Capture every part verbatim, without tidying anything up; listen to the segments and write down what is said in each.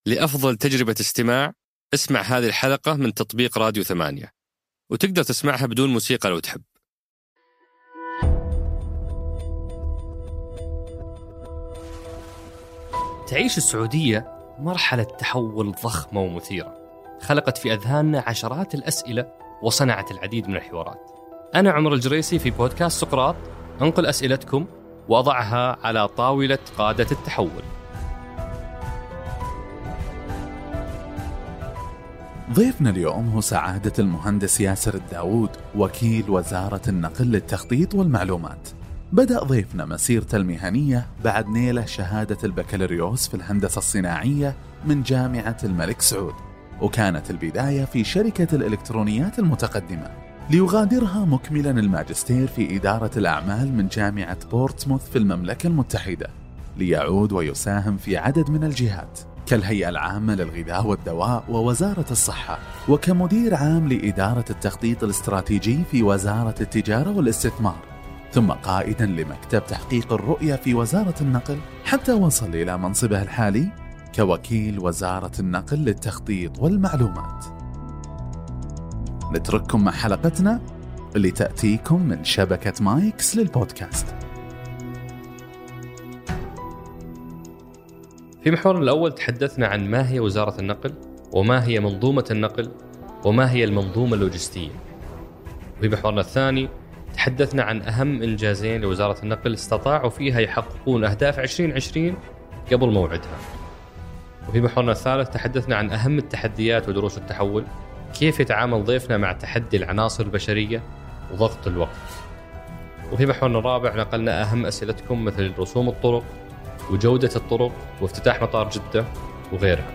لأفضل تجربة استماع اسمع هذه الحلقة من تطبيق راديو ثمانية، وتقدر تسمعها بدون موسيقى لو تحب. تعيش السعودية مرحلة تحول ضخمة ومثيرة، خلقت في أذهاننا عشرات الأسئلة وصنعت العديد من الحوارات. أنا عمر الجريسي في بودكاست سقراط أنقل أسئلتكم وأضعها على طاولة قادة التحول. ضيفنا اليوم هو سعادة المهندس ياسر الداود، وكيل وزارة النقل للتخطيط والمعلومات. بدأ ضيفنا مسيرته المهنية بعد نيله شهادة البكالوريوس في الهندسة الصناعية من جامعة الملك سعود، وكانت البداية في شركة الإلكترونيات المتقدمة، ليغادرها مكملا الماجستير في إدارة الأعمال من جامعة بورتسموث في المملكة المتحدة، ليعود ويساهم في عدد من الجهات كالهيئة العامة للغذاء والدواء ووزارة الصحة، وكمدير عام لإدارة التخطيط الاستراتيجي في وزارة التجارة والاستثمار، ثم قائدا لمكتب تحقيق الرؤية في وزارة النقل، حتى وصل إلى منصبه الحالي كوكيل وزارة النقل للتخطيط والمعلومات. نترككم مع حلقتنا اللي تأتيكم من شبكة مايكس للبودكاست. في محورنا الأول تحدثنا عن ما هي وزارة النقل، وما هي منظومة النقل، وما هي المنظومة اللوجستية. وفي محورنا الثاني تحدثنا عن أهم إنجازين لوزارة النقل استطاعوا فيها يحققون أهداف عشرين عشرين قبل موعدها. وفي محورنا الثالث تحدثنا عن أهم التحديات ودروس التحول، كيف يتعامل ضيفنا مع تحدي العناصر البشرية وضغط الوقت. وفي محورنا الرابع نقلنا أهم أسئلتكم مثل رسوم الطرق وجودة الطرق وافتتاح مطار جدة وغيرها.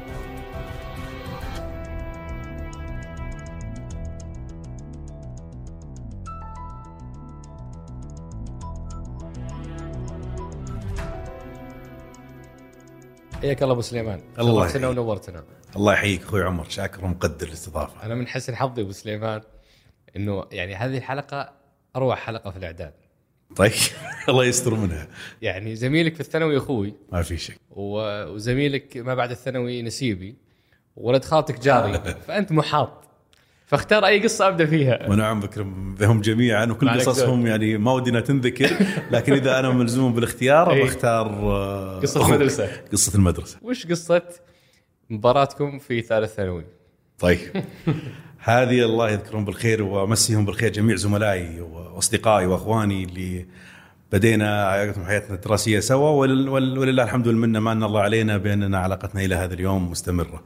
حياك الله ابو سليمان. الله شرفتنا ونورتنا. الله يحييك اخوي عمر، شاكر ومقدر الاستضافه. انا من حسن حظي ابو سليمان انه يعني هذه الحلقه اروع حلقه في الاعداد. طيب الله يستر منها. يعني زميلك في الثانوي اخوي ما في شك، وزميلك ما بعد الثانوي نسيبي، ولد خالتك جاري فانت محاط، فاختار اي قصه ابدا فيها. ونعم بكرم بهم جميعا، وكل قصصهم يعني ما ودنا تنذكر، لكن اذا انا ملزوم بالاختيار بختار قصه المدرسه. قصه المدرسه. وش قصه مباراتكم في ثالث ثانوي؟ طيب هذه الله يذكرهم بالخير وامسيهم بالخير جميع زملائي واصدقائي واخواني اللي بدينا حياتنا الدراسيه سوا، ولله الحمد والمنه ما ان الله علينا باننا علاقتنا الى هذا اليوم مستمره.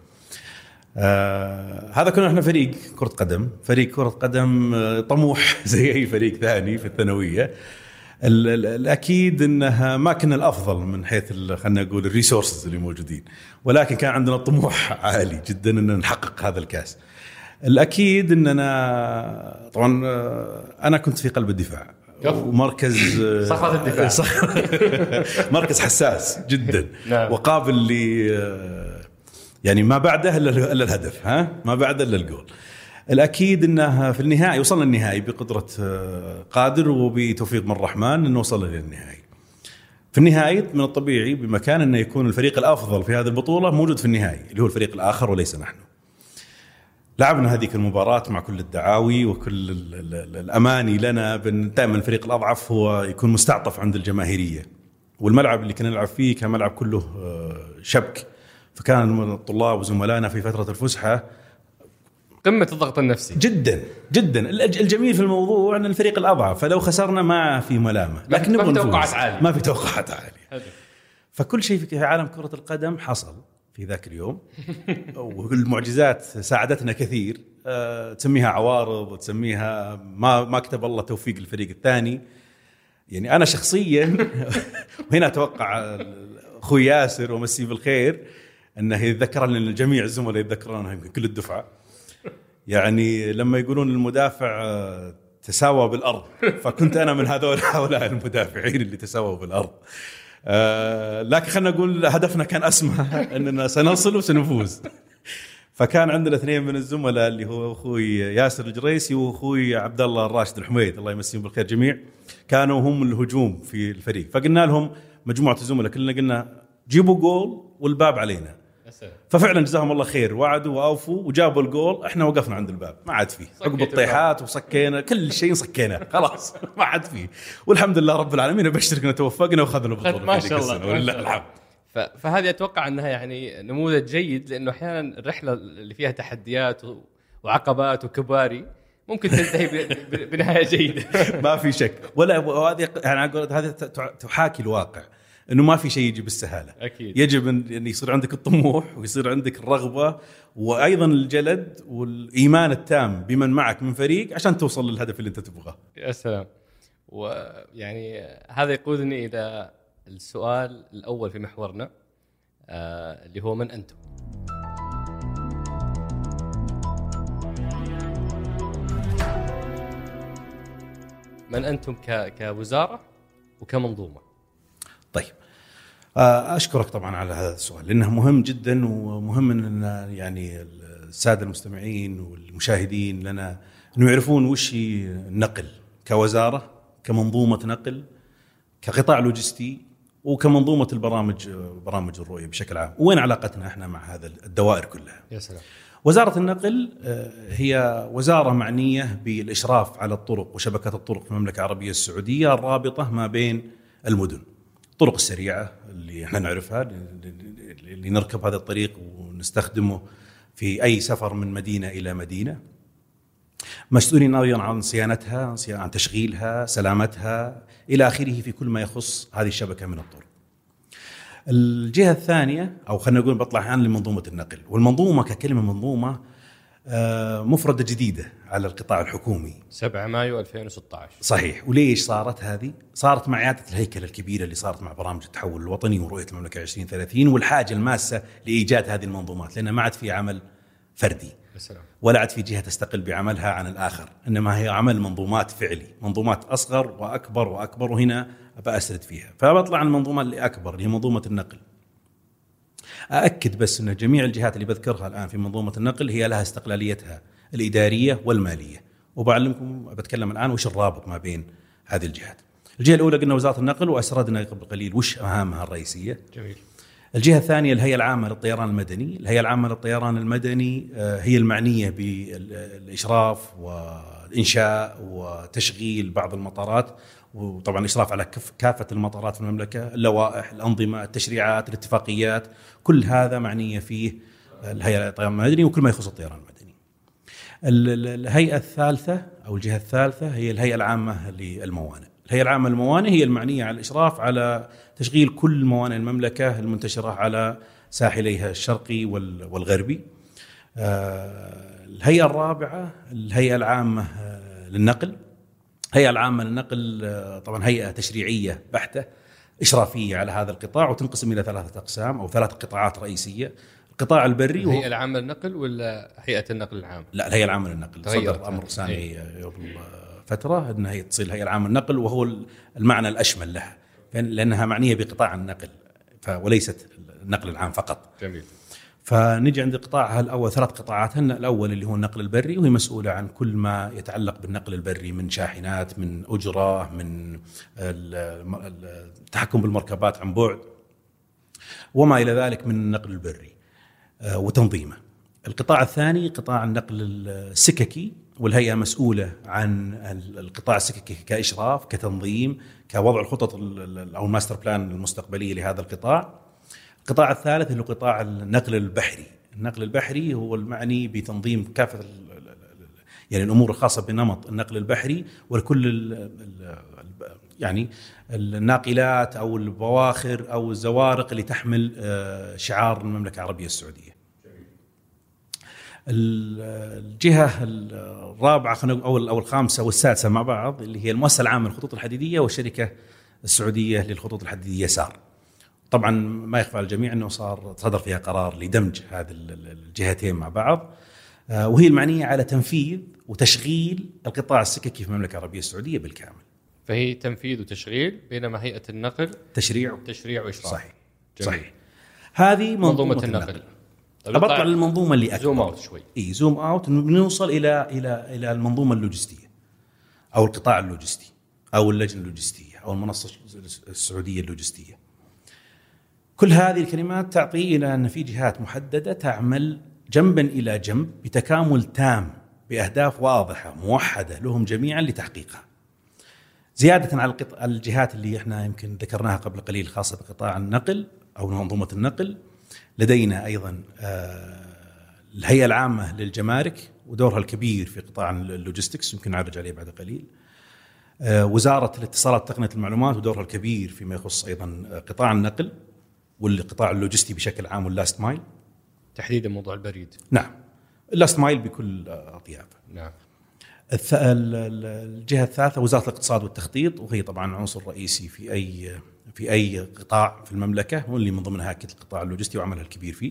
آه هذا كنا احنا فريق كرة قدم، فريق كرة قدم طموح زي اي فريق ثاني في الثانوية. الاكيد انها ما كنا الافضل من حيث خلينا نقول الريسورسز اللي موجودين، ولكن كان عندنا طموح عالي جدا ان نحقق هذا الكاس. الاكيد اننا طبعا انا كنت في قلب الدفاع ومركز صخرة الدفاع مركز حساس جدا وقابل ل يعني ما بعده إلا الهدف، ها ما بعده إلا الجول. الأكيد أنه في النهاية وصلنا النهائي بقدرة قادر وبتوفيق من الرحمن أنه وصل إلى النهائي. في النهائي من الطبيعي بمكان أنه يكون الفريق الأفضل في هذه البطولة موجود في النهائي اللي هو الفريق الآخر وليس نحن. لعبنا هذه المباراة مع كل الدعاوي وكل الأماني لنا بأن دائما الفريق الأضعف هو يكون مستعطف عند الجماهيرية، والملعب اللي كنا نلعب فيه كان ملعب كله شبك، فكان الطلاب وزملائنا في فترة الفسحة قمة الضغط النفسي جدا جدا. الجميل في الموضوع أن الفريق الأضعف، فلو خسرنا ما في ملامة، لكن ما في توقعات عالية، ما في توقعات عالية. فكل شيء في عالم كرة القدم حصل في ذاك اليوم والمعجزات ساعدتنا كثير. أه تسميها عوارض، تسميها ما ما كتب الله توفيق الفريق الثاني. يعني أنا شخصيا وهنا أتوقع أخوي ياسر ومسيه بالخير أنه يتذكر لنا الجميع الزملاء يتذكرونها يمكن كل الدفعة. يعني لما يقولون المدافع تساوى بالأرض، فكنت أنا من هذول هؤلاء المدافعين اللي تساووا بالأرض. آه لكن خلنا نقول هدفنا كان أسمى أننا سنصل وسنفوز. فكان عندنا اثنين من الزملاء اللي هو أخوي ياسر الجريسي وأخوي عبد الله الراشد الحميد الله يمسيهم بالخير جميع، كانوا هم الهجوم في الفريق. فقلنا لهم مجموعة الزملاء كلنا قلنا جيبوا جول والباب علينا. ففعلا جزاهم الله خير، وعدوا واوفوا وجابوا الجول، احنا وقفنا عند الباب ما عاد فيه، عقب الطيحات وصكينا كل شيء صكينا خلاص ما عاد فيه، والحمد لله رب العالمين ابشرك انه توفقنا واخذنا البطوله ما شاء الله ولله الحمد. فهذه اتوقع انها يعني نموذج جيد، لانه احيانا الرحله اللي فيها تحديات وعقبات وكباري ممكن تنتهي بنهايه جيده. ما في شك، ولا وهذه انا اقول هذه تحاكي الواقع انه ما في شيء يجي بالسهاله. أكيد. يجب ان يصير عندك الطموح ويصير عندك الرغبه وايضا الجلد والايمان التام بمن معك من فريق عشان توصل للهدف اللي انت تبغاه. يا سلام. ويعني هذا يقودني الى السؤال الاول في محورنا، آه اللي هو من انتم؟ من أنتم ك... كوزارة وكمنظومة؟ طيب أشكرك طبعا على هذا السؤال لأنه مهم جدا، ومهم أن يعني السادة المستمعين والمشاهدين لنا أنه يعرفون وش النقل كوزارة، كمنظومة نقل، كقطاع لوجستي، وكمنظومة البرامج برامج الرؤية بشكل عام، وين علاقتنا احنا مع هذا الدوائر كلها. يا سلام. وزارة النقل هي وزارة معنية بالإشراف على الطرق وشبكة الطرق في المملكة العربية السعودية الرابطة ما بين المدن، الطرق السريعة اللي احنا نعرفها اللي نركب هذا الطريق ونستخدمه في أي سفر من مدينة إلى مدينة، مسؤولين أيضا عن صيانتها، عن تشغيلها، سلامتها إلى آخره في كل ما يخص هذه الشبكة من الطرق. الجهة الثانية أو خلينا نقول بطلع الآن لمنظومة النقل، والمنظومة ككلمة منظومة مفردة جديدة على القطاع الحكومي سبعة مايو ألفين وستة عشر. صحيح. وليش صارت هذه؟ صارت مع إعادة الهيكل الكبيرة اللي صارت مع برامج التحول الوطني ورؤية المملكة عشرين ثلاثين، والحاجة الماسة لإيجاد هذه المنظومات، لأن ما عاد في عمل فردي ولا عاد في جهة تستقل بعملها عن الآخر، إنما هي عمل منظومات فعلي، منظومات أصغر وأكبر وأكبر، وهنا بأسرد فيها. فبطلع المنظومة اللي أكبر اللي هي منظومة النقل. أأكد بس أن جميع الجهات اللي بذكرها الآن في منظومة النقل هي لها استقلاليتها الإدارية والمالية، وبعلمكم بتكلم الآن وش الرابط ما بين هذه الجهات. الجهة الأولى قلنا وزارة النقل، وأسردنا قبل قليل وش مهامها الرئيسية. جميل. الجهة الثانية الهيئة العامة للطيران المدني. الهيئة العامة للطيران المدني هي المعنية بالإشراف والإنشاء وتشغيل بعض المطارات، وطبعا الإشراف على كافة المطارات في المملكة، اللوائح، الأنظمة، التشريعات، الاتفاقيات، كل هذا معنية فيه الهيئة للطيران المدني وكل ما يخص الطيران المدني. الهيئة الثالثة أو الجهة الثالثة هي الهيئة العامة للموانئ. الهيئة العامة للموانئ هي المعنية على الإشراف على تشغيل كل موانئ المملكة المنتشرة على ساحليها الشرقي والغربي. الهيئة الرابعة الهيئة العامة للنقل. الهيئة العامة للنقل طبعا هيئة تشريعية بحتة إشرافية على هذا القطاع، وتنقسم إلى ثلاثة أقسام أو ثلاث قطاعات رئيسية. القطاع البري الهيئة العامة للنقل ولا هيئة النقل العام؟ لا، الهيئة العامة للنقل. صدر أمر ثاني قبل فترة أنها هي تصير الهيئة العامة للنقل، وهو المعنى الأشمل لها لأنها معنية بقطاع النقل وليست النقل العام فقط. جميل. فنجي عند قطاعها الأول، ثلاث قطاعات. الأول اللي هو النقل البري، وهي مسؤولة عن كل ما يتعلق بالنقل البري من شاحنات، من أجرة، من التحكم بالمركبات عن بعد وما إلى ذلك من النقل البري وتنظيمه. القطاع الثاني قطاع النقل السككي، والهيئة مسؤولة عن القطاع السككي كإشراف، كتنظيم، كوضع الخطط أو الماستر بلان المستقبلية لهذا القطاع. القطاع الثالث اللي هو قطاع النقل البحري. النقل البحري هو المعني بتنظيم كافة يعني الأمور الخاصة بنمط النقل البحري وكل يعني الناقلات أو البواخر أو الزوارق اللي تحمل شعار المملكة العربية السعودية. الجهة الرابعة أو أو الخامسة والسادسة مع بعض اللي هي المؤسسة العامة للخطوط الحديدية والشركة السعودية للخطوط الحديدية سار. طبعا ما يخفى على الجميع أنه صار صدر فيها قرار لدمج هذه الجهتين مع بعض، وهي المعنية على تنفيذ وتشغيل القطاع السككي في المملكة العربية السعودية بالكامل. فهي تنفيذ وتشغيل، بينما هيئة النقل تشريع تشريع وإشراف. صحيح. صحيح. هذه منظومة, منظومة النقل. النقل. أبطلع للمنظومة اللي أكبر. زوم أوت شوي. إيه زوم أوت، نوصل إلى إلى إلى المنظومة اللوجستية أو القطاع اللوجستي أو اللجنة اللوجستية أو المنصة السعودية اللوجستية. كل هذه الكلمات تعطي إلى أن في جهات محددة تعمل جنبا إلى جنب بتكامل تام بأهداف واضحة موحدة لهم جميعا لتحقيقها. زيادة على الجهات اللي احنا يمكن ذكرناها قبل قليل خاصة بقطاع النقل أو منظومة النقل، لدينا أيضا الهيئة العامة للجمارك ودورها الكبير في قطاع اللوجستكس، يمكن نعرج عليه بعد قليل. وزارة الاتصالات وتقنية المعلومات ودورها الكبير فيما يخص أيضا قطاع النقل والقطاع اللوجستي بشكل عام واللاست مايل، تحديدا موضوع البريد. نعم، اللاست مايل بكل أطيافه. نعم. الجهة الثالثة وزارة الاقتصاد والتخطيط، وهي طبعا عنصر رئيسي في أي في أي قطاع في المملكة، واللي من ضمنها أكيد القطاع اللوجستي وعملها الكبير فيه.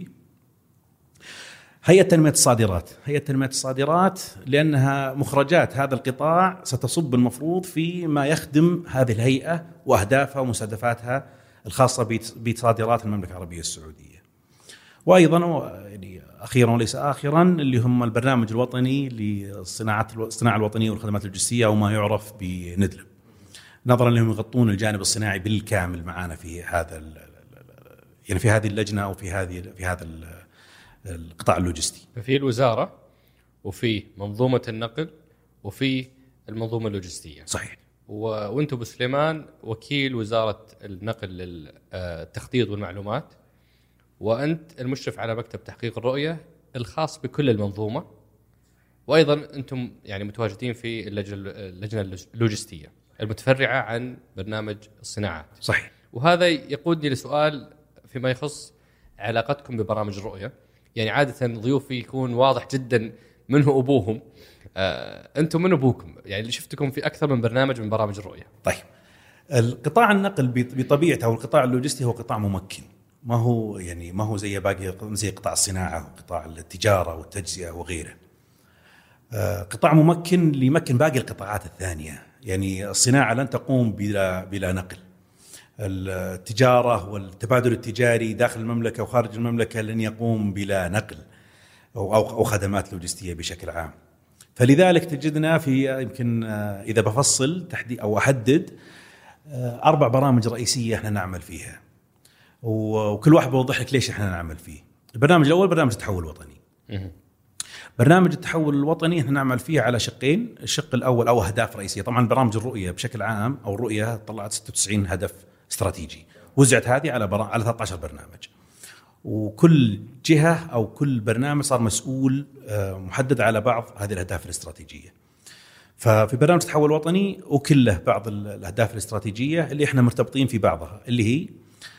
هيئة تنمية الصادرات، هيئة تنمية الصادرات لأنها مخرجات هذا القطاع ستصب المفروض في ما يخدم هذه الهيئة وأهدافها ومستهدفاتها الخاصة بصادرات المملكة العربية السعودية. وأيضا يعني أخيرا وليس آخرا اللي هم البرنامج الوطني للصناعة الصناعة الوطنية والخدمات اللوجستية، أو ما يعرف بندلب، نظرا لهم يغطون الجانب الصناعي بالكامل معنا في هذا يعني في هذه اللجنة أو في هذه في هذا القطاع اللوجستي. ففي الوزارة وفي منظومة النقل وفي المنظومة اللوجستية. صحيح. وانتم أبو سليمان وكيل وزارة النقل للتخطيط والمعلومات، وأنت المشرف على مكتب تحقيق الرؤية الخاص بكل المنظومة، وأيضا أنتم يعني متواجدين في اللجنة اللوجستية المتفرعة عن برنامج الصناعات. صحيح. وهذا يقودني لسؤال فيما يخص علاقتكم ببرامج الرؤية. يعني عادة ضيوفي يكون واضح جدا منه أبوهم، آه، أنتم من أبوكم؟ يعني اللي شفتكم في أكثر من برنامج من برامج الرؤية. طيب، القطاع النقل بطبيعته والقطاع اللوجستي هو قطاع ممكن، ما هو يعني ما هو زي باقي زي قطاع الصناعة وقطاع التجارة والتجزئة وغيره. آه، قطاع ممكن ليمكن باقي القطاعات الثانية. يعني الصناعة لن تقوم بلا بلا نقل، التجارة والتبادل التجاري داخل المملكة وخارج المملكة لن يقوم بلا نقل أو أو خدمات لوجستية بشكل عام. فلذلك تجدنا في يمكن إذا بفصل تحديد أو أحدد أربع برامج رئيسية إحنا نعمل فيها، وكل واحد بوضح لك ليش إحنا نعمل فيه. البرنامج الأول برنامج التحول الوطني. برنامج التحول الوطني احنا نعمل فيه على شقين. الشق الأول أو أهداف رئيسية، طبعا برامج الرؤية بشكل عام أو الرؤية طلعت ستة وتسعين هدف استراتيجي، وزعت هذه على برا... على ثلاثة عشر برنامج، وكل جهة أو كل برنامج صار مسؤول محدد على بعض هذه الأهداف الاستراتيجية. ففي برنامج التحول الوطني وكله بعض الأهداف الاستراتيجية اللي احنا مرتبطين في بعضها، اللي هي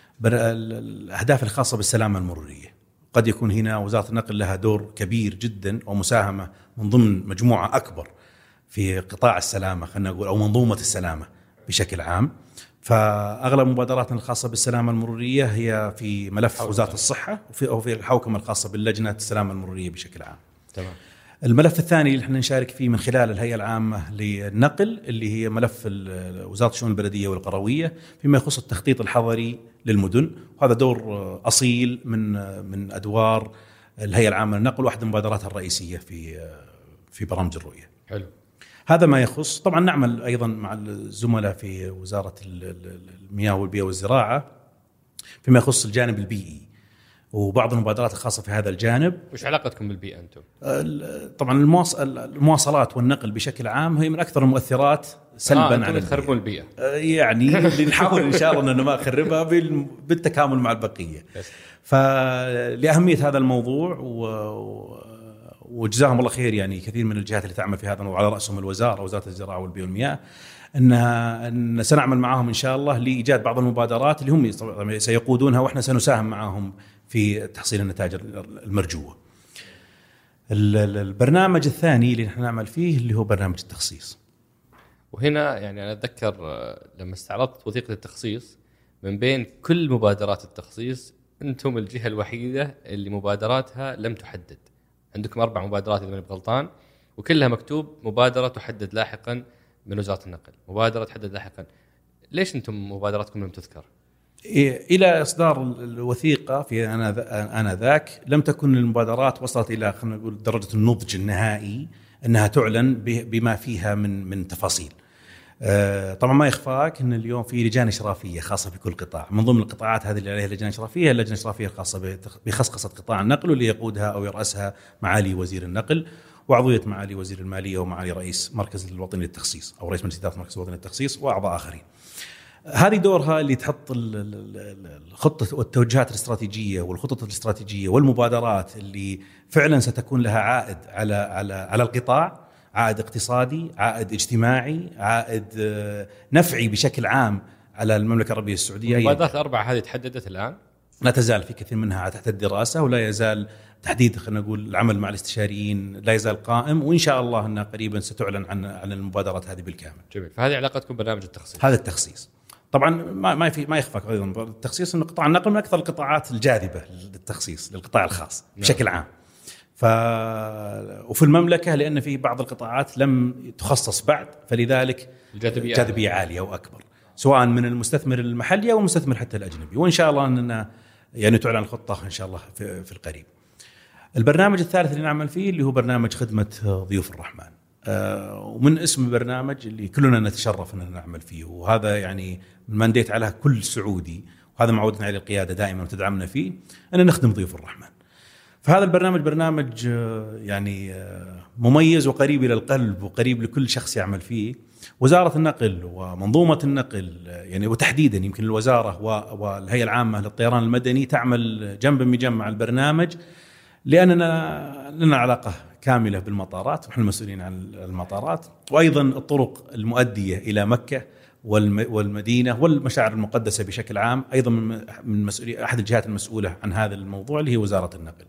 الأهداف الخاصة بالسلامة المرورية. قد يكون هنا وزارة النقل لها دور كبير جدا ومساهمة من ضمن مجموعة أكبر في قطاع السلامة، خلينا نقول، أو منظومة السلامة بشكل عام. فأغلب مبادراتنا الخاصة بالسلامة المرورية هي في ملف وزارة الصحة وفي أو في الحوكمة الخاصة باللجنة السلامة المرورية بشكل عام. تمام. الملف الثاني اللي احنا نشارك فيه من خلال الهيئة العامة للنقل اللي هي ملف وزارة الشؤون البلدية والقروية فيما يخص التخطيط الحضري للمدن، وهذا دور أصيل من من أدوار الهيئة العامة للنقل، واحدة من مبادراتها الرئيسية في في برامج الرؤية. حلو. هذا ما يخص. طبعا نعمل أيضا مع الزملاء في وزارة المياه والبيئة والزراعة فيما يخص الجانب البيئي وبعض المبادرات الخاصة في هذا الجانب. وش علاقتكم بالبيئة أنتم؟ طبعا المواصلات والنقل بشكل عام هي من أكثر المؤثرات سلبا آه على تخربون البيئة. يعني اللي نحاول إن شاء الله أن ما نخربها بالتكامل مع البقية. فلأهمية هذا الموضوع و وجزاهم الله خير يعني كثير من الجهات اللي تعمل في هذا وعلى رأسهم الوزارة وزارة الزراعة والبيئة والمياه، أنها أن سنعمل معهم إن شاء الله لإيجاد بعض المبادرات اللي هم سيقودونها وإحنا سنساهم معهم في تحصيل النتائج المرجوة. البرنامج الثاني اللي نحن نعمل فيه اللي هو برنامج التخصيص. وهنا يعني أنا أتذكر لما استعرضت وثيقة التخصيص من بين كل مبادرات التخصيص أنتم الجهة الوحيدة اللي مبادراتها لم تحدد. عندكم أربع مبادرات إذا ماني بغلطان، وكلها مكتوب مبادرة تحدد لاحقا من وزارة النقل، مبادرة تحدد لاحقا. ليش أنتم مبادراتكم لم تذكر؟ إلى إصدار الوثيقة في أنا أنا ذاك لم تكن المبادرات وصلت إلى خلينا نقول درجة النضج النهائي أنها تعلن بما فيها من من تفاصيل. طبعا ما يخفاك ان اليوم في لجان اشرافيه خاصه بكل قطاع. من ضمن القطاعات هذه اللي عليها لجان اشرافيه اللجنه الاشرافيه الخاصه بخصخصه قطاع النقل، واللي يقودها او يرأسها معالي وزير النقل، وعضويه معالي وزير الماليه ومعالي رئيس مركز الوطني للتخصيص او رئيس مجلس اداره مركز الوطني للتخصيص واعضاء اخرين. هذه دورها اللي تحط الخطه والتوجهات الاستراتيجيه والخطط الاستراتيجيه والمبادرات اللي فعلا ستكون لها عائد على على على القطاع، عائد اقتصادي، عائد اجتماعي، عائد نفعي بشكل عام على المملكه العربيه السعوديه. المبادرات الاربعه هذه تحددت الان؟ لا تزال في كثير منها تحت الدراسه، ولا يزال تحديد خلينا نقول العمل مع الاستشاريين لا يزال قائم، وان شاء الله انها قريبا ستعلن عن عن المبادرات هذه بالكامل. جميل. فهذه علاقتكم ببرنامج التخصيص؟ هذا التخصيص طبعا ما ما في ما يخفى ايضا التخصيص ان قطاع النقل من اكثر القطاعات الجاذبه للتخصيص للقطاع الخاص نعم. بشكل عام. ف وفي المملكه لان في بعض القطاعات لم تخصص بعد، فلذلك الجاذبيه جاذبيه عاليه واكبر، سواء من المستثمر المحلي او المستثمر حتى الاجنبي، وان شاء الله اننا يعني تعلن الخطه ان شاء الله في, في القريب. البرنامج الثالث اللي نعمل فيه اللي هو برنامج خدمه ضيوف الرحمن، آه ومن اسم البرنامج اللي كلنا نتشرف ان نعمل فيه، وهذا يعني منديت على كل سعودي، وهذا معودنا عليه القياده دائما وتدعمنا فيه، ان نخدم ضيوف الرحمن. فهذا البرنامج برنامج يعني مميز وقريب إلى القلب وقريب لكل شخص يعمل فيه. وزارة النقل ومنظومة النقل يعني وتحديدا يمكن الوزارة والهيئة العامة للطيران المدني تعمل جنبا بجنب مع البرنامج، لأننا لنا علاقة كاملة بالمطارات ونحن مسؤولين عن المطارات، وأيضا الطرق المؤدية إلى مكة والمدينة والمشاعر المقدسة بشكل عام، أيضا من مسؤولية أحد الجهات المسؤولة عن هذا الموضوع اللي هي وزارة النقل.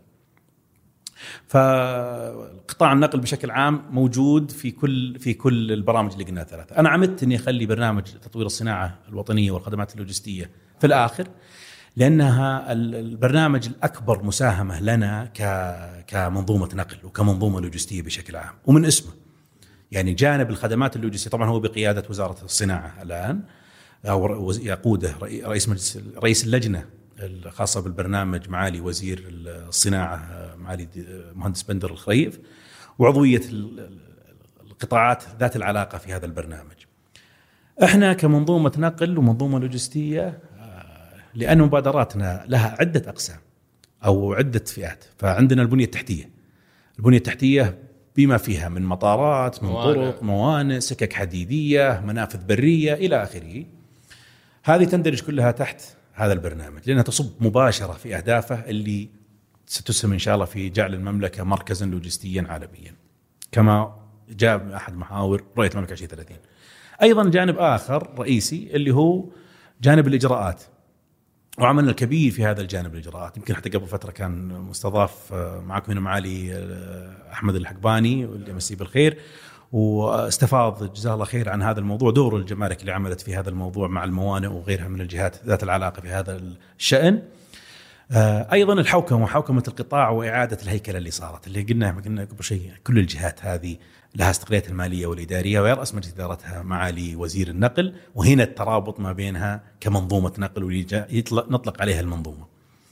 فقطاع النقل بشكل عام موجود في كل في كل البرامج اللي قلنا ثلاثة. أنا عمدت إني أخلي برنامج تطوير الصناعة الوطنية والخدمات اللوجستية في الآخر، لأنها البرنامج الأكبر مساهمة لنا كمنظومة نقل وكمنظومة لوجستية بشكل عام، ومن اسمه يعني جانب الخدمات اللوجستية طبعا هو بقيادة وزارة الصناعة الآن أو يقوده رئيس مجلس رئيس اللجنة الخاصة بالبرنامج معالي وزير الصناعة معالي مهندس بندر الخريف، وعضوية القطاعات ذات العلاقة في هذا البرنامج. احنا كمنظومة نقل ومنظومة لوجستية لأن مبادراتنا لها عدة أقسام أو عدة فئات، فعندنا البنية التحتية البنية التحتية بما فيها من مطارات، من طرق، موانئ، سكك حديدية، منافذ برية إلى آخره. هذه تندرج كلها تحت هذا البرنامج لأنها تصب مباشرة في أهدافه اللي ستسهم إن شاء الله في جعل المملكة مركزا لوجستيا عالميا كما جاء أحد محاور رؤية المملكة عشرين ثلاثين. أيضا جانب آخر رئيسي اللي هو جانب الإجراءات، وعملنا الكبير في هذا الجانب الإجراءات. يمكن حتى قبل فترة كان مستضاف معكم هنا معالي أحمد الحقباني واللي يمسيه بالخير، واستفاض جزاه الله خير عن هذا الموضوع، دور الجمارك اللي عملت في هذا الموضوع مع الموانئ وغيرها من الجهات ذات العلاقة في هذا الشأن. أيضا الحوكمة وحوكمة القطاع وإعادة الهيكلة اللي صارت اللي قلنا قلنا قبل شيء، كل الجهات هذه لها استقلالية المالية والإدارية، ويرأس مجلس إدارتها معالي وزير النقل، وهنا الترابط ما بينها كمنظومة نقل ونطلق عليها المنظومة.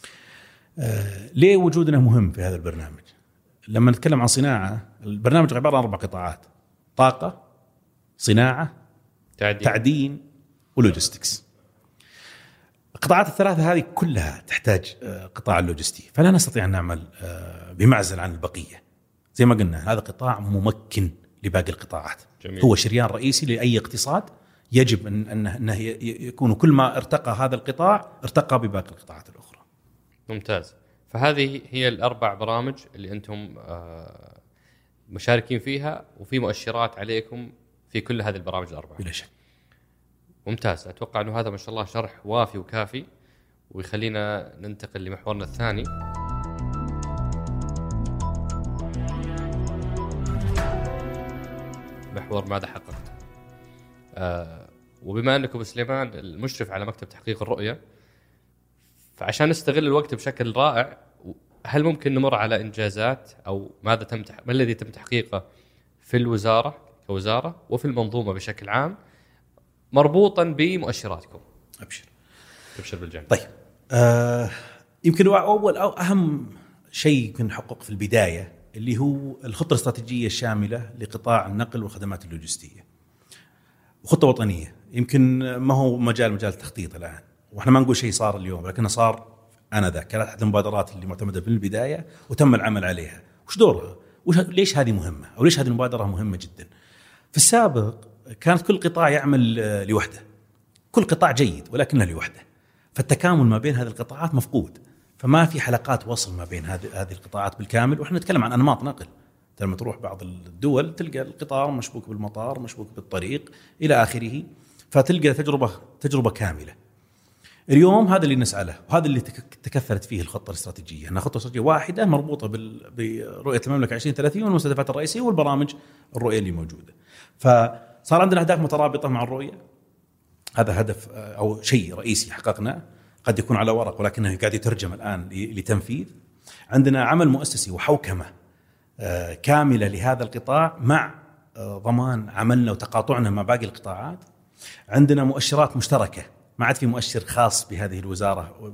ليه وجودنا مهم في هذا البرنامج؟ لما نتكلم عن صناعة، البرنامج عبارة عن أربع قطاعات: طاقة، صناعة، تعدين, تعدين ولوجستكس. القطاعات الثلاثة هذه كلها تحتاج قطاع اللوجستي، فلا نستطيع أن نعمل بمعزل عن البقية. زي ما قلنا هذا قطاع ممكن لباقي القطاعات. جميل. هو شريان رئيسي لأي اقتصاد، يجب أن أنه يكون كل ما ارتقى هذا القطاع ارتقى بباقي القطاعات الأخرى. ممتاز. فهذه هي الأربع برامج اللي أنتم مشاركين فيها، وفي مؤشرات عليكم في كل هذه البرامج الأربعة. بلا شك. ممتاز. أتوقع أنه هذا ما شاء الله شرح وافي وكافي، ويخلينا ننتقل لمحورنا الثاني. محور ماذا حققت؟ آه وبما أنكم سليمان المشرف على مكتب تحقيق الرؤية، فعشان نستغل الوقت بشكل رائع، هل ممكن نمر على إنجازات أو ماذا تم تح... ما الذي تم تحقيقه في الوزارة كوزارة وفي المنظومة بشكل عام مربوطا بمؤشراتكم؟ أبشر أبشر بالجنة. طيب آه يمكن أول أو أهم شيء يمكن نحقق في البداية اللي هو الخطة الاستراتيجية الشاملة لقطاع النقل والخدمات اللوجستية. وخطة وطنية. يمكن ما هو مجال مجال التخطيط الآن، وإحنا ما نقول شيء صار اليوم، لكنه صار آنذاك. كانت أحد المبادرات اللي معتمدة في البداية وتم العمل عليها. وش دورها؟ وش ليش هذه مهمة؟ أو ليش هذه المبادرة مهمة جدا؟ في السابق كانت كل قطاع يعمل لوحده، كل قطاع جيد ولكنه لوحده، فالتكامل ما بين هذه القطاعات مفقود، فما في حلقات وصل ما بين هذه هذه القطاعات بالكامل. وإحنا نتكلم عن أنماط نقل، لما تروح بعض الدول تلقى القطار مشبوك بالمطار، مشبوك بالطريق إلى آخره، فتلقى تجربة تجربة كاملة. اليوم هذا اللي نسعى له، وهذا اللي تكثرت فيه الخطة الاستراتيجية، أنها خطة استراتيجية واحدة مربوطة برؤية المملكة عشرين ثلاثين والمستهدفات الرئيسية والبرامج الرؤية اللي موجودة. فصار عندنا أهداف مترابطة مع الرؤية، هذا هدف أو شيء رئيسي حققناه، قد يكون على ورق ولكنه قاعد يترجم الآن لتنفيذ. عندنا عمل مؤسسي وحوكمة كاملة لهذا القطاع مع ضمان عملنا وتقاطعنا مع باقي القطاعات. عندنا مؤشرات مشتركة، ما عاد في مؤشر خاص بهذه الوزارة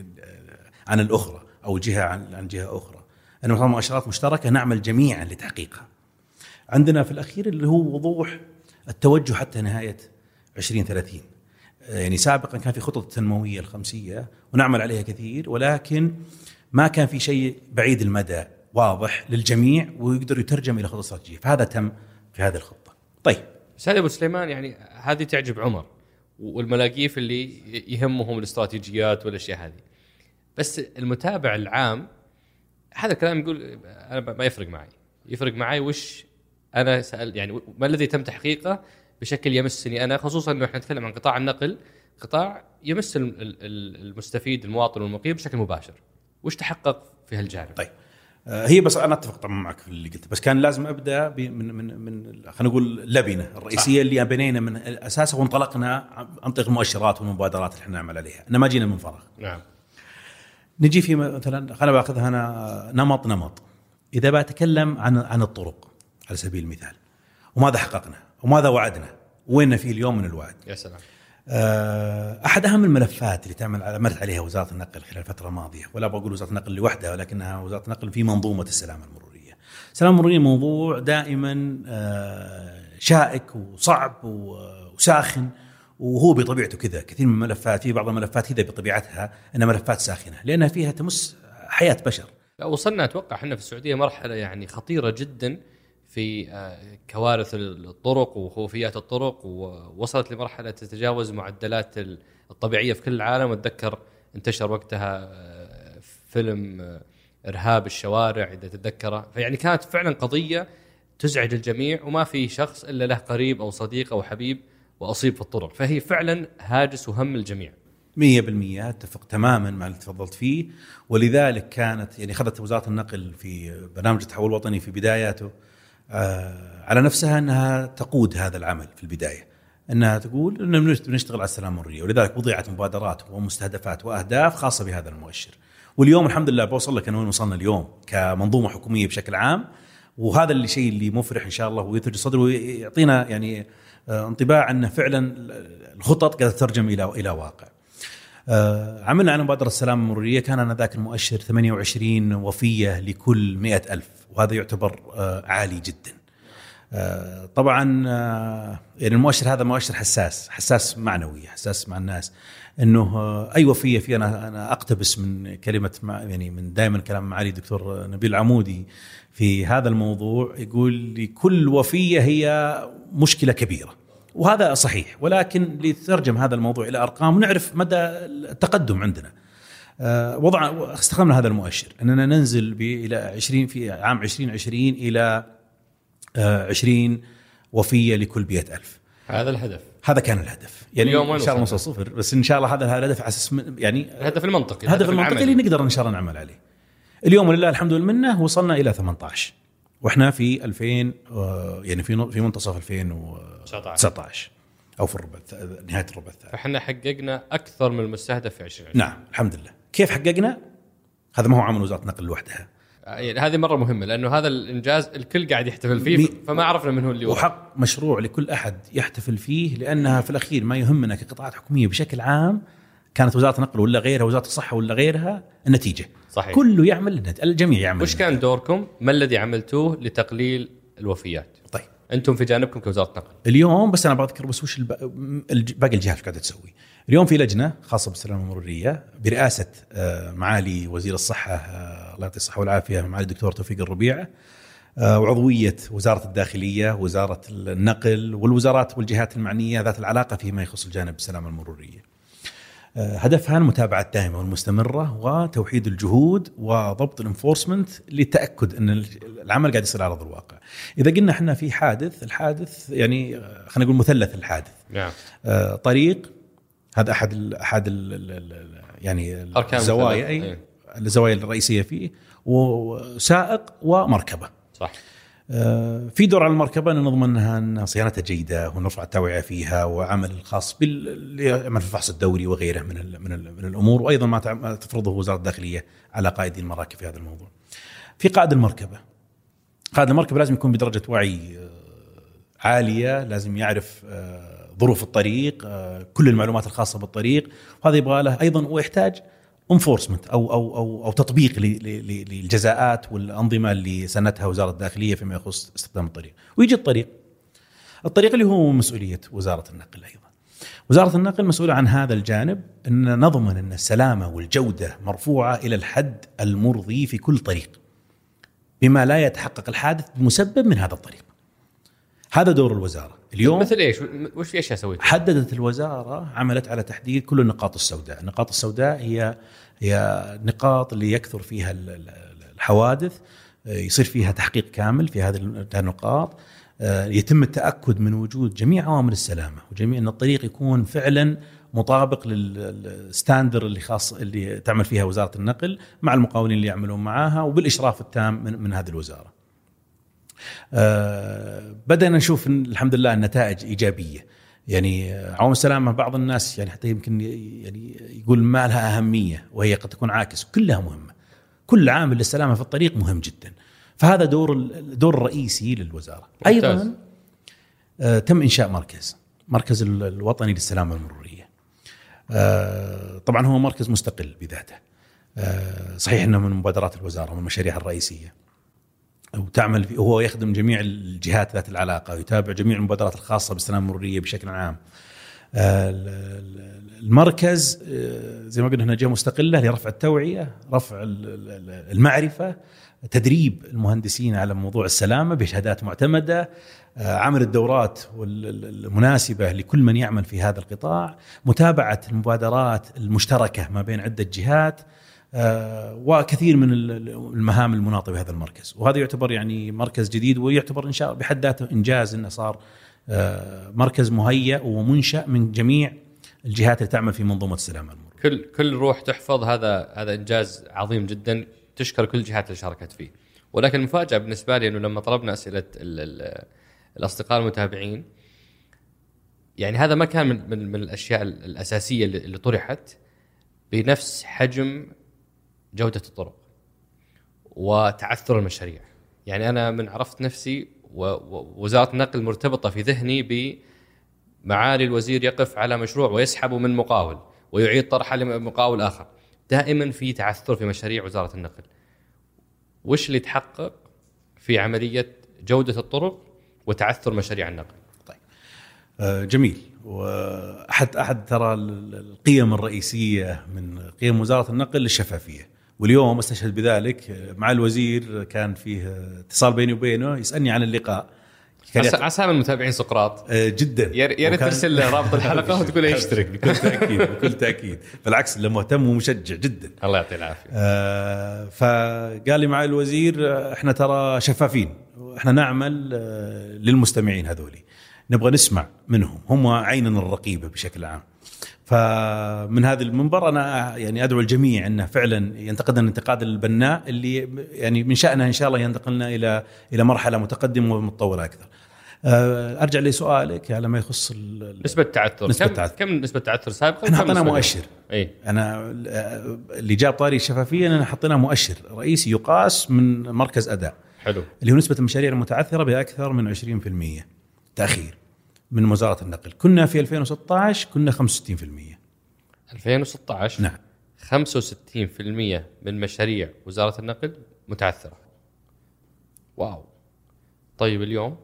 عن الأخرى أو جهة عن جهة أخرى، إنما مؤشرات مشتركة نعمل جميعا لتحقيقها. عندنا في الأخير اللي هو وضوح التوجه حتى نهاية عشرين ثلاثين. يعني سابقا كان في خطط التنموية الخمسية ونعمل عليها كثير، ولكن ما كان في شيء بعيد المدى واضح للجميع ويقدر يترجم إلى خطة استراتيجية، فهذا تم في هذه الخطة. طيب سيد أبو سليمان، يعني هذه تعجب عمر والملاقيف اللي يهمهم الاستراتيجيات والأشياء هذه، بس المتابع العام هذا الكلام يقول أنا ما يفرق معي، يفرق معي وش أنا سأل، يعني ما الذي تم تحقيقه بشكل يمسني أنا، خصوصا أنه إحنا نتكلم عن قطاع النقل، قطاع يمس المستفيد المواطن والمقيم بشكل مباشر، وش تحقق في هالجانب؟ طيب هي بس أنا أتفق طبعا معك في اللي قلته، بس كان لازم أبدأ من من من خلينا نقول اللبنة الرئيسية اللي بنينا من أساسها وانطلقنا عن طريق المؤشرات والمبادرات اللي احنا نعمل عليها، إنما ما جينا من فراغ. نعم. نجي في مثلا خلينا باخذها أنا نمط نمط. إذا بتكلم عن عن الطرق على سبيل المثال، وماذا حققنا وماذا وعدنا وين فيه اليوم من الوعد. يا سلام. أحد أهم الملفات اللي تعمل عملت عليها وزارة النقل خلال الفترة الماضية، ولا بقول وزارة النقل لوحدها ولكنها وزارة النقل في منظومة السلامة المرورية. السلامة المرورية موضوع دائما شائك وصعب وساخن، وهو بطبيعته كذا. كثير من الملفات، في بعض الملفات كذا بطبيعتها أنها ملفات ساخنة لأنها فيها تمس حياة بشر. وصلنا أتوقع إحنا في السعودية مرحلة يعني خطيرة جدا في كوارث الطرق وخوفيات الطرق، ووصلت لمرحلة تتجاوز معدلات الطبيعية في كل العالم. واتذكر انتشر وقتها فيلم إرهاب الشوارع إذا تتذكره، فيعني كانت فعلا قضية تزعج الجميع، وما في شخص إلا له قريب أو صديق أو حبيب وأصيب في الطرق، فهي فعلا هاجس وهم الجميع. مية بالمية اتفق تماما مع اللي تفضلت فيه. ولذلك كانت يعني خذت وزارة النقل في برنامج التحول الوطني في بداياته آه على نفسها أنها تقود هذا العمل في البداية، أنها تقول أننا بنشتغل على السلامة المرورية، ولذلك وضعت مبادرات ومستهدفات وأهداف خاصة بهذا المؤشر. واليوم الحمد لله بوصل لك أنا وين وصلنا اليوم كمنظومة حكومية بشكل عام، وهذا اللي شيء اللي مفرح إن شاء الله ويثلج الصدر ويعطينا يعني آه انطباع أن فعلا الخطط قاعدة تترجم إلى إلى واقع. آه عملنا على مبادرة السلامة المرورية، كان أنا ذاك المؤشر ثمانية وعشرين وفية لكل مئة ألف، وهذا يعتبر آه عالي جدا. آه طبعا آه يعني المؤشر هذا مؤشر حساس، حساس معنوي، حساس مع الناس، إنه آه أي وفية فيه. أنا أنا أقتبس من كلمة مع يعني من دائما كلام معالي الدكتور نبيل العمودي في هذا الموضوع، يقول لكل وفية هي مشكلة كبيرة، وهذا صحيح. ولكن لترجم هذا الموضوع إلى أرقام ونعرف مدى التقدم عندنا. أه وضع استخدمنا هذا المؤشر أننا ننزل إلى عشرين في عام عشرين عشرين إلى أه عشرين وفية لكل مئة ألف. هذا الهدف، هذا كان الهدف. يعني إن شاء الله نوصل صفر، بس إن شاء الله هذا الهدف على أساس يعني الهدف المنطقي، الهدف المنطقي اللي نقدر إن شاء الله نعمل عليه. اليوم لله الحمد لله وصلنا إلى ثمانية عشر، وإحنا في ألفين يعني في في منتصف ألفين وتسعة عشر أو في الربع نهاية الربع الثالث، فإحنا حققنا أكثر من المستهدف في عشرين. نعم الحمد لله. كيف حققنا؟ هذا ما هو عمل وزارة النقل لوحدها، يعني هذه مرة مهمة، لأنه هذا الإنجاز الكل قاعد يحتفل فيه، فما عرفنا من هو اللي وحق مشروع لكل أحد يحتفل فيه، لأنها في الأخير ما يهمنا كقطاعات حكومية بشكل عام، كانت وزارة النقل ولا غيرها، وزارة الصحة ولا غيرها، النتيجة صحيح. كله يعمل، الجميع يعمل. وش كان دوركم؟ ما الذي عملتوه لتقليل الوفيات؟ طيب انتم في جانبكم كوزاره نقل اليوم، بس انا بذكر بس وش باقي الجهات قاعده تسوي. اليوم في لجنه خاصه بالسلامه المروريه برئاسه معالي وزير الصحه الله يعطيه الصحه والعافيه معالي الدكتور توفيق الربيعه، وعضويه وزاره الداخليه، وزاره النقل، والوزارات والجهات المعنيه ذات العلاقه فيما يخص الجانب السلامه المروريه. هدفها المتابعة الدائمة والمستمرة وتوحيد الجهود وضبط الانفورسمنت للتأكد أن العمل قاعد يصير على أرض الواقع. إذا قلنا احنا في حادث، الحادث يعني خلينا نقول مثلث الحادث. نعم. آه طريق، هذا أحد ال أحد ال يعني الزوايا، أي الزوايا الرئيسية فيه، وسائق ومركبة. صح. في دور على المركبة أن نضمن أنها صيانتها جيدة ونرفع التوعية فيها، وعمل الخاص بالعمل في الفحص الدوري وغيره من ال من, ال من الأمور، وأيضا ما تفرضه وزارة الداخلية على قائدي المراكب في هذا الموضوع. في قائد المركبة، قائد المركبة لازم يكون بدرجة وعي عالية، لازم يعرف ظروف الطريق، كل المعلومات الخاصة بالطريق، وهذا يبغى له أيضا ويحتاج انفورسمنت او او او او تطبيق للجزاءات والانظمه اللي سنتها وزاره الداخليه فيما يخص استخدام الطريق. ويجي الطريق الطريق اللي هو مسؤوليه وزاره النقل. ايضا وزاره النقل مسؤوله عن هذا الجانب، ان نضمن ان السلامه والجوده مرفوعه الى الحد المرضي في كل طريق، بما لا يتحقق الحادث بمسبب من هذا الطريق. هذا دور الوزاره اليوم. مثل ايش؟ وش في اشياء سويتها؟ حددت الوزاره، عملت على تحديد كل النقاط السوداء. النقاط السوداء هي هي نقاط اللي يكثر فيها الحوادث، يصير فيها تحقيق كامل في هذه النقاط، يتم التاكد من وجود جميع اوامر السلامه وجميع ان الطريق يكون فعلا مطابق للستاندر اللي خاص اللي تعمل فيها وزاره النقل مع المقاولين اللي يعملون معاها، وبالاشراف التام من, من هذه الوزاره. أه بدأنا نشوف الحمد لله النتائج إيجابية. يعني عوامل السلامة بعض الناس يعني حتى يمكن يعني يقول ما لها أهمية، وهي قد تكون عاكس، كلها مهمة. كل عامل للسلامة في الطريق مهم جدا، فهذا دور الدور الرئيسي للوزارة. أيضا أه تم إنشاء مركز مركز الوطني للسلامة المرورية. أه طبعا هو مركز مستقل بذاته، أه صحيح أنه من مبادرات الوزارة ومن المشاريع الرئيسية، وتعمل فيه، وهو يخدم جميع الجهات ذات العلاقة، ويتابع جميع المبادرات الخاصة بالسلامة المرورية بشكل عام. المركز زي ما قلنا هنا جهة مستقلة لرفع التوعية، رفع المعرفة، تدريب المهندسين على موضوع السلامة بشهادات معتمدة، عمل الدورات المناسبة لكل من يعمل في هذا القطاع، متابعة المبادرات المشتركة ما بين عدة جهات، وكثير من المهام المناطة بهذا المركز. وهذا يعتبر يعني مركز جديد، ويعتبر إن شاء الله بحد ذاته إنجاز إنه صار مركز مهيأ ومنشأ من جميع الجهات اللي تعمل في منظومة السلامة المرورية. كل كل روح تحفظ. هذا هذا إنجاز عظيم جدا، تشكر كل الجهات اللي شاركت فيه. ولكن المفاجأة بالنسبة لي إنه لما طلبنا أسئلة ال ال الأصدقاء المتابعين، يعني هذا ما كان من من, من الأشياء الأساسية اللي, اللي طرحت بنفس حجم جودة الطرق وتعثر المشاريع. يعني أنا من عرفت نفسي ووزارة النقل مرتبطة في ذهني بمعالي الوزير يقف على مشروع ويسحبه من مقاول ويعيد طرحه لمقاول آخر، دائما في تعثر في مشاريع وزارة النقل. وش اللي تحقق في عملية جودة الطرق وتعثر مشاريع النقل؟ طيب آه جميل. وأحد أحد ترى القيم الرئيسية من قيم وزارة النقل الشفافية، واليوم استشهد بذلك مع الوزير. كان فيه اتصال بيني وبينه يسألني عن اللقاء. عسام المتابعين سقراط جدا، يا ريت ترسل رابط الحلقة وتقول يشترك. بكل تأكيد بكل تأكيد بالعكس اللي مهتم ومشجع جدا، الله يعطيه العافية. آه فقال لي مع الوزير احنا ترى شفافين، احنا نعمل آه للمستمعين هذولي، نبغى نسمع منهم، هم عيننا الرقيبة بشكل عام. فمن هذا المنبر أنا يعني أدعو الجميع أنه فعلا ينتقدنا الانتقاد البناء اللي يعني من شأنه إن شاء الله ينتقلنا إلى إلى مرحلة متقدمة ومتطورة أكثر. أرجع لسؤالك على ما يخص نسبة التعثر. نسبة كم التعثر. كم نسبة التعثر سابقا؟ احنا حطينا مؤشر. أي. أنا اللي جاب طاري الشفافية أننا حطينا مؤشر رئيسي يقاس من مركز أداء. حلو. اللي هو نسبة المشاريع المتعثرة بأكثر من عشرين بالمئة تأخير من وزارة النقل. كنا في ألفين وستة عشر كنا خمسة وستين بالمئة. ألفين وستة عشر نعم خمسة وستين بالمئة من مشاريع وزارة النقل متعثرة. واو. طيب اليوم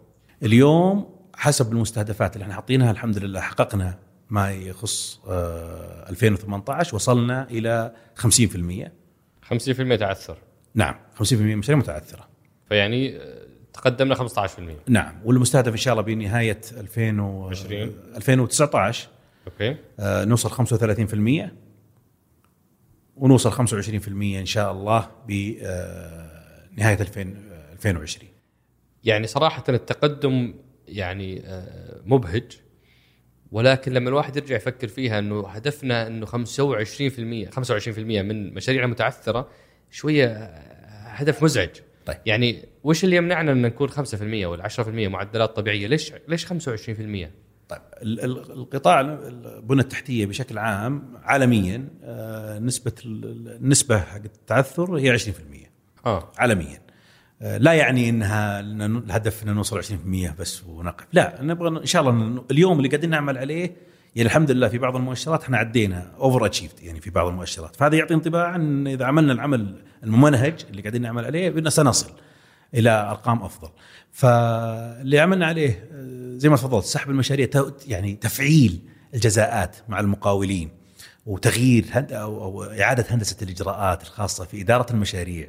اليوم حسب المستهدفات اللي احنا حاطينها الحمد لله حققنا ما يخص ألفين وثمانية عشر، وصلنا إلى خمسين بالمئة. خمسين بالمئة تعثر. نعم خمسين بالمئة مشاريع متعثرة. فيعني تقدمنا خمسة عشر بالمئة. نعم، والمستهدف إن شاء الله بنهاية ألفين وعشرين ألفين وتسعة عشر أوكي. آه نوصل خمسة وثلاثين بالمئة ونوصل خمسة وعشرين بالمئة إن شاء الله بنهاية ألفين وعشرين. يعني صراحة التقدم يعني مبهج، ولكن لما الواحد يرجع يفكر فيها أنه هدفنا أنه خمسة وعشرين بالمئة خمسة وعشرين بالمئة من مشاريعنا متعثرة شوية هدف مزعج. طيب. يعني وش اللي يمنعنا أن نكون خمسة بالمئة ولا عشرة بالمئة معدلات طبيعية؟ ليش ليش خمسة وعشرين بالمئة؟ طيب القطاع البنى التحتية بشكل عام عالميا نسبة النسبة حق التعثر هي عشرين بالمئة آه. عالميا. لا يعني انها الهدف ان نوصل عشرين بالمئة بس ونقف، لا نبغى ان شاء الله اليوم اللي قاعدين نعمل عليه يعني الحمد لله في بعض المؤشرات احنا عدينا اوفر اتشيفد يعني في بعض المؤشرات، فهذا يعطي انطباع ان اذا عملنا العمل الممنهج اللي قاعدين نعمل عليه بدنا سنصل الى ارقام افضل. فاللي عملنا عليه زي ما تفضلت سحب المشاريع يعني تفعيل الجزاءات مع المقاولين وتغيير او اعاده هندسه الاجراءات الخاصه في اداره المشاريع،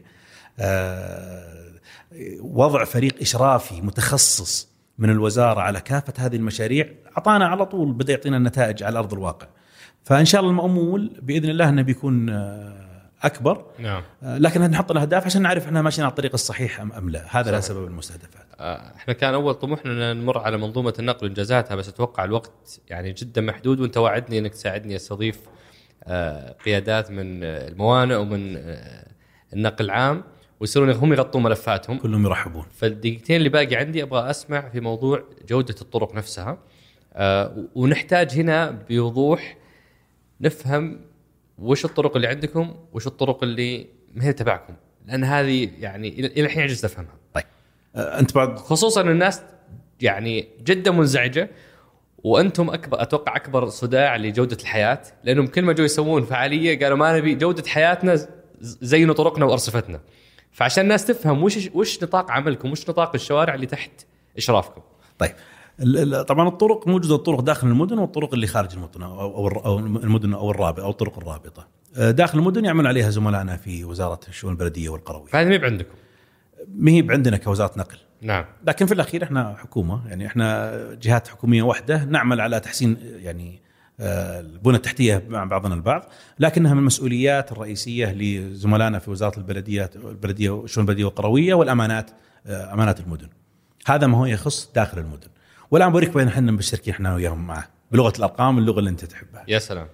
وضع فريق إشرافي متخصص من الوزارة على كافة هذه المشاريع أعطانا على طول بدأ يعطينا النتائج على أرض الواقع. فإن شاء الله المأمول بإذن الله أنه بيكون أكبر. نعم. لكن نحط الأهداف عشان نعرف أننا ماشيين على الطريق الصحيح أم, أم لا. هذا لا سبب المستهدفات. إحنا كان أول طموحنا نمر على منظومة النقل وإنجازاتها، بس أتوقع الوقت يعني جدا محدود، وأنت وعدني أنك تساعدني أستضيف قيادات من الموانئ ومن النقل العام ويصيرون هم يغطوا ملفاتهم. كلهم يرحبون. فالدقيقتين اللي باقي عندي أبغى أسمع في موضوع جودة الطرق نفسها، أه ونحتاج هنا بوضوح نفهم وش الطرق اللي عندكم وش الطرق اللي ما هي تبعكم، لأن هذه يعني إلى الحين عجزت أفهمها. طيب أه أنت بعد خصوصا الناس يعني جدا منزعجة، وأنتم أكبر أتوقع أكبر صداع لجودة الحياة، لأنهم كل ما جو يسوون فعالية قالوا ما نبي جودة حياتنا زينوا طرقنا وأرصفتنا. فعشان الناس تفهم وش وش نطاق عملكم، وش نطاق الشوارع اللي تحت إشرافكم. طيب طبعا الطرق موجودة، الطرق داخل المدن والطرق اللي خارج المدن أو أو المدن أو الرابطة أو الطرق الرابطة. داخل المدن يعمل عليها زملائنا في وزارة الشؤون البلدية والقروية. فهذا ما عندكم؟ ما هي عندنا كوزارة نقل. نعم. لكن في الأخير إحنا حكومة، يعني إحنا جهات حكومية واحدة نعمل على تحسين يعني البنى التحتية مع بعضنا البعض، لكنها من المسؤوليات الرئيسية لزملائنا في وزارة البلديات البلدية والشؤون البلدية والقروية والأمانات أمانات المدن. هذا ما هو يخص داخل المدن. والآن بوريك وين احنا مشتركين احنا وياهم معه بلغة الأرقام، اللغة اللي أنت تحبها. يا سلام.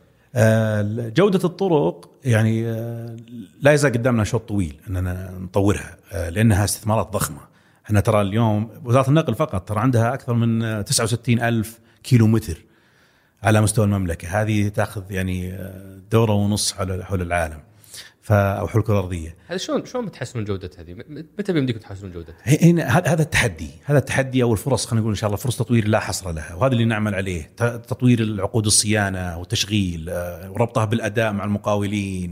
جودة الطرق يعني لا يزال قدامنا شوط طويل أننا نطورها لأنها استثمارات ضخمة. احنا ترى اليوم وزارة النقل فقط ترى عندها أكثر من تسعة وستين ألف كيلو متر على مستوى المملكة. هذه تأخذ يعني دورة ونص على حول العالم أو حول الكرة الأرضية. هذا شلون شلون بتحسنون جودة هذه؟ متى بيمديكم تحسنون جودة؟ هنا هذا التحدي، هذا التحدي أو الفرص، خلينا نقول إن شاء الله فرص تطوير لا حصر لها، وهذا اللي نعمل عليه. تطوير العقود الصيانة والتشغيل وربطها بالأداء مع المقاولين،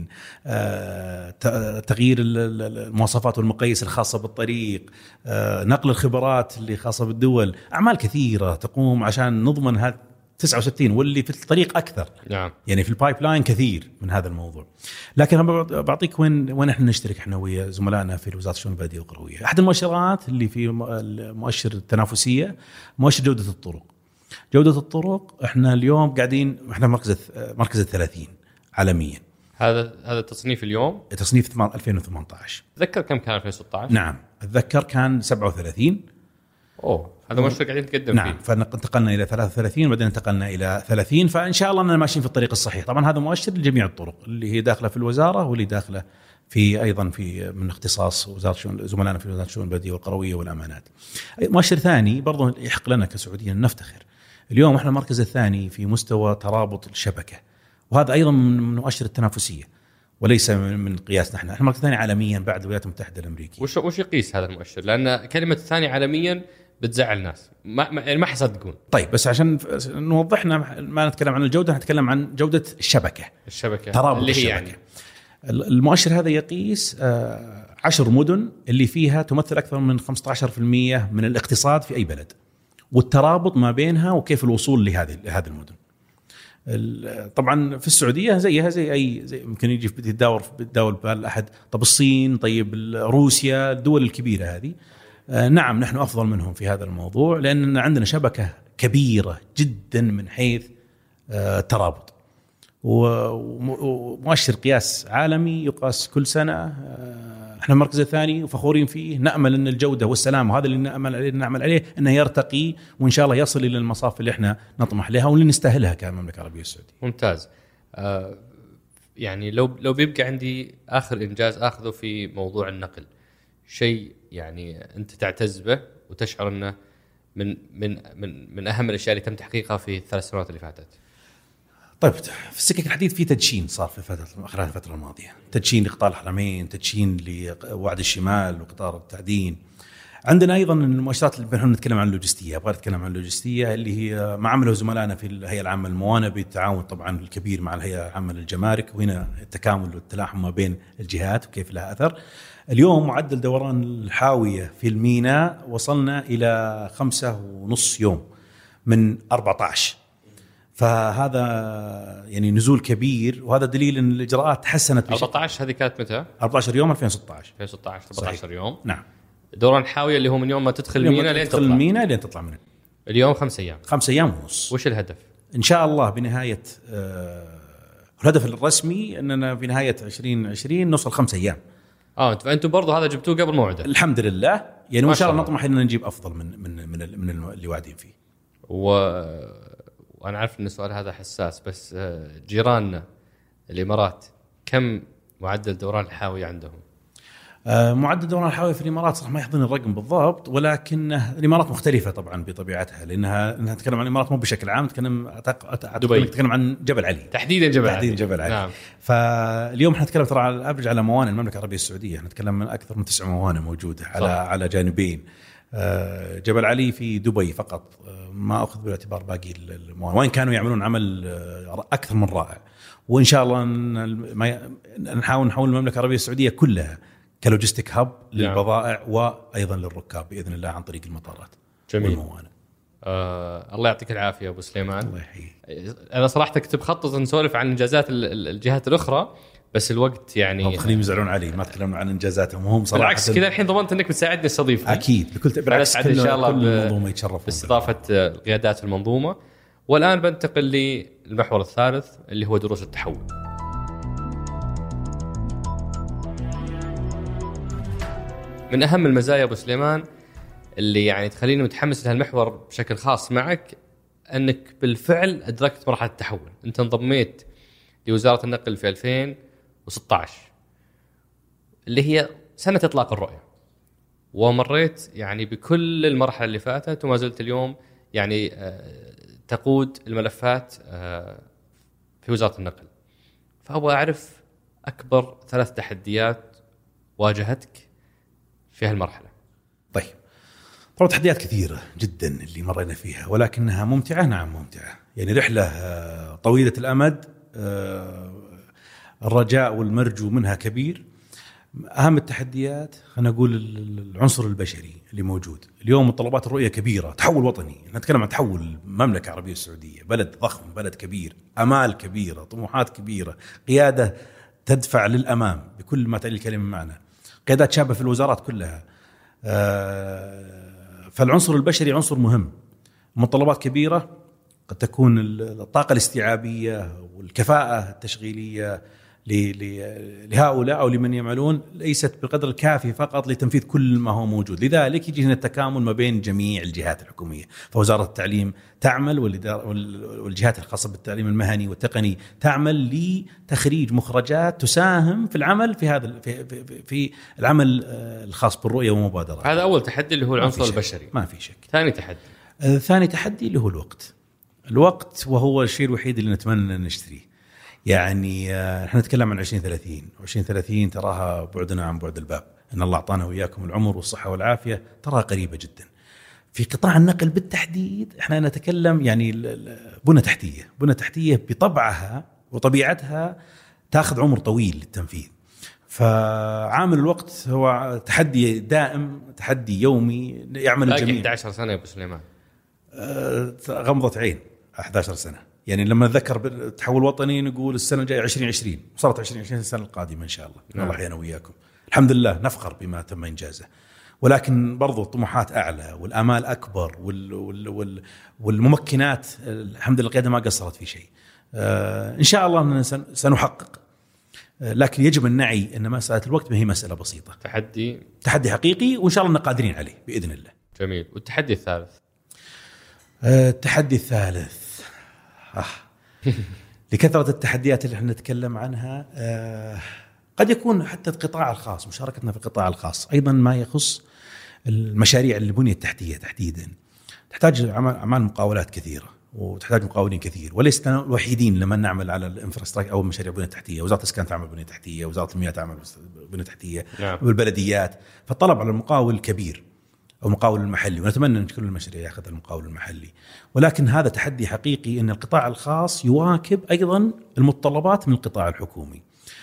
تغيير المواصفات والمقاييس الخاصة بالطريق، نقل الخبرات اللي خاصة بالدول. أعمال كثيرة تقوم عشان نضمن هذا تسعة وستين، واللي في الطريق أكثر. نعم. يعني في البايب لاين كثير من هذا الموضوع. لكن أنا بعطيك وين وين إحنا نشترك إحنا ويا زملائنا في وزارة الشؤون البلدية والقروية. أحد المؤشرات اللي في مؤشر التنافسية مؤشر جودة الطرق. جودة الطرق إحنا اليوم قاعدين إحنا مركز مركز الثلاثين عالميا. هذا هذا التصنيف اليوم. تصنيف ألفين وثمانية عشر. تذكر كم كان ألفين وستة عشر؟ نعم أتذكر كان سبعة وثلاثين. أوه هذا مؤشر قاعدين نتقدم نعم فيه. فانتقلنا إلى ثلاثة وثلاثين وبعدين انتقلنا إلى ثلاثين، فإن شاء الله أننا ماشيين في الطريق الصحيح. طبعا هذا مؤشر لجميع الطرق اللي هي داخلة في الوزارة واللي داخلة في أيضا في من اختصاص وزارة زملائنا في وزارة الشؤون البلدية والقروية والأمانات. مؤشر ثاني برضو يحق لنا كسعوديين نفتخر. اليوم احنا المركز الثاني في مستوى ترابط الشبكة، وهذا أيضا من مؤشر التنافسية وليس من قياسنا احنا. احنا المركز الثاني عالميا بعد الولايات المتحدة الأمريكية. وش وش يقيس هذا المؤشر؟ لأن كلمة الثاني عالميا بتزعل الناس، ما ما, يعني ما حصدقون. طيب بس عشان نوضحنا ما نتكلم عن الجودة، نتكلم عن جودة الشبكة. الشبكة ترابط اللي الشبكة. هي يعني المؤشر هذا يقيس عشر مدن اللي فيها تمثل أكثر من خمسة عشر بالمئة من الاقتصاد في أي بلد. والترابط ما بينها وكيف الوصول لهذه لهذه المدن. طبعا في السعوديه زيها زي اي زي ممكن يجي يتداول يتداول بال احد. طب الصين، طيب روسيا، الدول الكبيره هذه، آه نعم نحن افضل منهم في هذا الموضوع، لان عندنا شبكه كبيره جدا من حيث آه الترابط، ومؤشر قياس عالمي يقاس كل سنه. آه احنا المركز الثاني وفخورين فيه، نامل ان الجوده والسلام، وهذا اللي نامل عليه نعمل عليه انه يرتقي وان شاء الله يصل الى المصاف اللي احنا نطمح لها واللي نستاهلها كمملكه العربيه السعوديه. ممتاز. آه يعني لو لو بيبقى عندي اخر انجاز اخذه في موضوع النقل، شيء يعني انت تعتز به وتشعر انه من من من من اهم الاشياء اللي تم تحقيقها في الثلاث سنوات اللي فاتت. طيب في السكك الحديد في تدشين صار في فترة خلال الفترة الماضية، تدشين لقطار الحرمين، تدشين لوعد الشمال وقطار التعدين. عندنا أيضا المؤشرات اللي بنحن نتكلم عن اللوجستية، أبغى أتكلم عن اللوجستية اللي هي ما عمله زملائنا في الهيئة العامة للموانئ بالتعاون طبعا الكبير مع الهيئة العامة للجمارك، وهنا التكامل والتلاحم ما بين الجهات وكيف لها أثر. اليوم معدل دوران الحاوية في الميناء وصلنا إلى خمسة ونص يوم من أربعة عشر، فهذا يعني نزول كبير، وهذا دليل ان الاجراءات تحسنت. أربعة عشر هذه كانت متى؟ أربعة عشر يوم ألفين وستة عشر ألفين وستة عشر أربعة عشر يوم. نعم. دوران الحاويه اللي هو من يوم ما تدخل الميناء لين تدخل الميناء لين تطلع منه. اليوم خمسة ايام. خمسة ايام ونص. وش الهدف؟ ان شاء الله بنهايه آه الهدف الرسمي اننا في نهايه عشرين عشرين نوصل خمسة ايام. اه فانتم برضو هذا جبتوه قبل موعده. الحمد لله، يعني وان شاء الله نطمح اننا نجيب افضل من من من, من اللي واعدين فيه. و وأنا عارف أن السؤال هذا حساس، بس جيراننا الإمارات كم معدل دوران الحاوية عندهم؟ آه معدل دوران الحاوية في الإمارات صراحة ما يحضرني الرقم بالضبط، ولكن الإمارات مختلفة طبعا بطبيعتها، لأنها إنها تتكلم عن الإمارات مو بشكل عام، تتكلم دبي، تتكلم عن جبل علي تحديدا جبل تحديدا علي. جبل علي. نعم. فاليوم احنا نتكلم ترى على الأفرج على موانئ المملكة العربية السعودية، احنا نتكلم من أكثر من تسع موانئ موجودة على صح. على جانبين. آه جبل علي في دبي فقط، آه ما أخذ بالاعتبار باقي الموانئ، وين كانوا يعملون عمل آه أكثر من رائع. وإن شاء الله نحاول نحول المملكة العربية السعودية كلها كلوجستيك هاب للبضائع وأيضا للركاب بإذن الله عن طريق المطارات. جميل. والموانئ. آه الله يعطيك العافية أبو سليمان. الله يحييك. أنا صراحة كنت بخطط نسولف عن إنجازات الجهات الأخرى، بس الوقت يعني خليهم يزعلون علي ما تكلمنا عن إنجازاتهم وهم صراحة. بالعكس كذا الحين ضمنت إنك بتساعدني استضيفني. أكيد بكل بالعكس إن شاء الله المنظومة يتشرفون باستضافة قيادات المنظومة. والآن بنتقل للمحور الثالث اللي هو دروس التحول. من أهم المزايا أبو سليمان اللي يعني تخليني متحمس لهالمحور بشكل خاص معك أنك بالفعل أدركت مرحلة التحول. أنت انضميت لوزارة النقل في ألفين وستة عشر اللي هي سنة إطلاق الرؤية، ومريت يعني بكل المرحلة اللي فاتت وما زلت اليوم يعني تقود الملفات في وزارة النقل. فأبغى أعرف أكبر ثلاث تحديات واجهتك في هالمرحلة. طيب طبعا تحديات كثيرة جدا اللي مرينا فيها، ولكنها ممتعة. نعم ممتعة، يعني رحلة طويلة الأمد، الرجاء والمرجو منها كبير. أهم التحديات خلينا نقول العنصر البشري اللي موجود اليوم. متطلبات الرؤية كبيرة، تحول وطني، نتكلم عن تحول المملكة العربية السعودية، بلد ضخم، بلد كبير، أمال كبيرة، طموحات كبيرة، قيادة تدفع للأمام بكل ما تعني الكلمة معنا، قيادات شابة في الوزارات كلها. فالعنصر البشري عنصر مهم. متطلبات كبيرة، قد تكون الطاقة الاستيعابية والكفاءة التشغيلية لهؤلاء أو لمن يعملون ليست بالقدر الكافي فقط لتنفيذ كل ما هو موجود. لذلك يجي هنا التكامل ما بين جميع الجهات الحكومية. فوزارة التعليم تعمل، والجهات الخاصة بالتعليم المهني والتقني تعمل لتخريج مخرجات تساهم في العمل في هذا في, في, في العمل الخاص بالرؤية ومبادرات. هذا أول تحدي اللي هو العنصر البشري. ما في شك. ثاني تحدي آه ثاني تحدي اللي هو الوقت. الوقت وهو الشيء الوحيد اللي نتمنى أن نشتريه. يعني احنا نتكلم عن عشرين ثلاثين، وعشرين ثلاثين تراها بعدنا عن بعد الباب، ان الله اعطانا وياكم العمر والصحه والعافيه، تراها قريبه جدا. في قطاع النقل بالتحديد احنا نتكلم يعني بنى تحتيه، بنى تحتيه بطبعها وطبيعتها تاخذ عمر طويل للتنفيذ. فعامل الوقت هو تحدي دائم، تحدي يومي يعمل الجميع. إحدى عشرة سنه يا ابو سليمان. غمضة عين أحد عشر سنة. يعني لما نذكر بالتحول الوطني نقول السنة الجاية عشرين عشرين، وصارت عشرين عشرين السنة القادمة إن شاء الله. نعم. الله يحيينا وياكم. الحمد لله نفخر بما تم إنجازه، ولكن برضو الطموحات أعلى والآمال أكبر وال وال وال والممكنات الحمد لله القيادة ما قصرت في شيء. آه إن شاء الله أننا سنحقق، آه لكن يجب أن نعي أن مسألة الوقت ما هي مسألة بسيطة، تحدي تحدي حقيقي، وإن شاء الله أننا قادرين عليه بإذن الله. جميل. والتحدي الثالث؟ آه التحدي الثالث آه. لكثرة التحديات اللي احنا نتكلم عنها، آه قد يكون حتى القطاع الخاص، مشاركتنا في القطاع الخاص أيضا ما يخص المشاريع اللي بنية التحتية تحديدا تحتاج أعمال مقاولات كثيرة وتحتاج مقاولين كثير، وليسنا الوحيدين لما نعمل على الانفراستراكشر أو مشاريع بنية تحتية. وزارة الإسكان تعمل بنية تحتية، وزارة المياه تعمل بنية تحتية، نعم. والبلديات. فالطلب على المقاول كبير أو المقاول المحلي، ونتمنى أن كل المشاريع يأخذ المقاول المحلي، ولكن هذا تحدي حقيقي أن القطاع الخاص يواكب أيضا المتطلبات من القطاع الحكومي.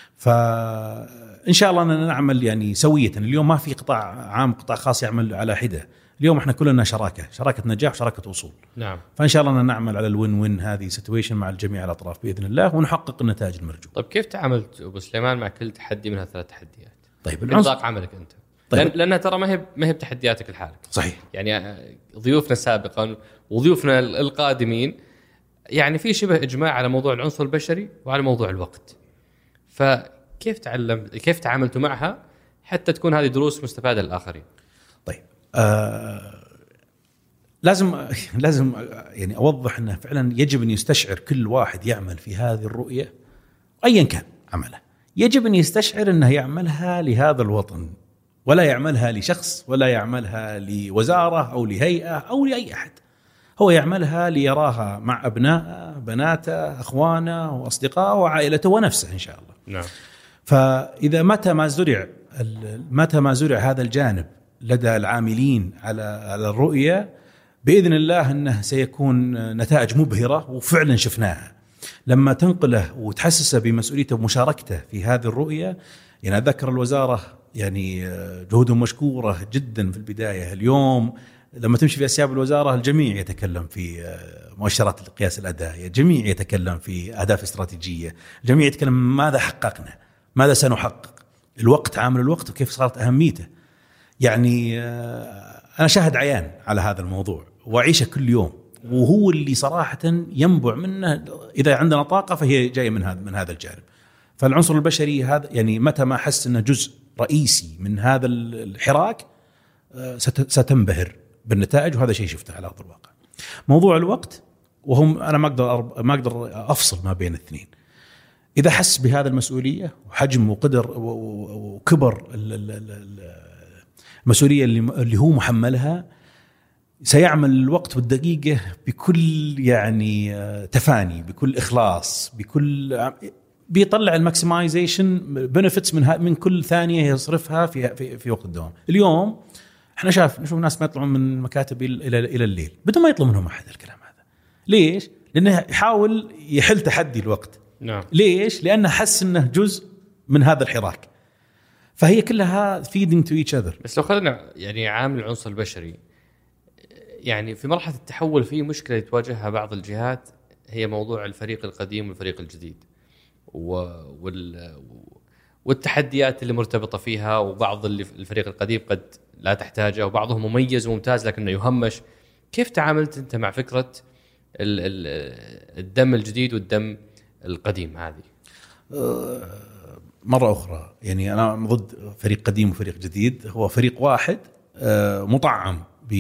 فإن شاء الله أننا نعمل يعني سوية. اليوم ما في قطاع عام قطاع خاص يعمل على حدة، اليوم احنا كلنا شراكة، شراكة نجاح وشراكة وصول. نعم. فإن شاء الله أننا نعمل على الوين وين هذه سيتويشن مع الجميع الأطراف بإذن الله، ونحقق النتائج المرجو. طيب كيف تعاملت أبو سليمان مع كل تحدي من هالثلاث تحديات؟ طيب بنطاق عملك أنت. طيب. لأن لأنها ترى ما هي ما هي بتحدياتك لحالك. صحيح. يعني ضيوفنا سابقا وضيوفنا القادمين يعني في شبه إجماع على موضوع العنصر البشري وعلى موضوع الوقت. فكيف تعلم كيف تعاملتوا معها حتى تكون هذه دروس مستفادة للآخرين؟ طيب آه لازم لازم يعني أوضح أنه فعلا يجب أن يستشعر كل واحد يعمل في هذه الرؤية أيا كان عمله، يجب أن يستشعر أنه يعملها لهذا الوطن، ولا يعملها لشخص، ولا يعملها لوزارة أو لهيئة أو لأي أحد. هو يعملها ليراها مع أبنائه، بناته، أخوانه وأصدقائه وعائلته ونفسه إن شاء الله. نعم. فإذا متى ما زرع متى ما زرع هذا الجانب لدى العاملين على على الرؤية، بإذن الله أنه سيكون نتائج مبهرة، وفعلا شفناها لما تنقله وتحسسه بمسؤوليته ومشاركته في هذه الرؤية. يعني أذكر الوزارة يعني جهودهم مشكورة جدا في البداية. اليوم لما تمشي في أسياب الوزارة الجميع يتكلم في مؤشرات قياس الأداء، الجميع يتكلم في أهداف استراتيجية، الجميع يتكلم ماذا حققنا، ماذا سنحقق، الوقت، عامل الوقت وكيف صارت أهميته. يعني أنا شاهد عيان على هذا الموضوع وأعيشه كل يوم، وهو اللي صراحة ينبع منه إذا عندنا طاقة فهي جاية من هذا من هذا الجانب. فالعنصر البشري هذا يعني متى ما أحس أنه جزء رئيسي من هذا الحراك ستنبهر بالنتائج، وهذا شيء شفته على أرض الواقع. موضوع الوقت، وهم أنا ما أقدر ما أقدر أفصل ما بين الاثنين. إذا حس بهذا المسؤولية وحجم وقدر وكبر المسؤولية اللي هو محملها، سيعمل الوقت والدقيقة بكل يعني تفاني، بكل إخلاص، بكل بيطلع الماكسمايزيشن بنفتس من من كل ثانية يصرفها في في في وقت الدوام. اليوم احنا شاف نشوف ناس ما يطلعون من مكاتب الى الى الليل بدون ما يطلب منهم احد الكلام هذا. ليش؟ لانه يحاول يحل تحدي الوقت. نعم. ليش؟ لانه حس انه جزء من هذا الحراك. فهي كلها feeding to each other. بس لو خلينا يعني عامل العنصر البشري، يعني في مرحلة التحول في مشكلة تواجهها بعض الجهات، هي موضوع الفريق القديم والفريق الجديد وال والتحديات اللي مرتبطة فيها، وبعض اللي الفريق القديم قد لا تحتاجه، وبعضهم مميز وممتاز لكنه يهمش. كيف تعاملت أنت مع فكرة الدم الجديد والدم القديم هذه؟ مرة أخرى يعني أنا ضد فريق قديم وفريق جديد، هو فريق واحد مطعم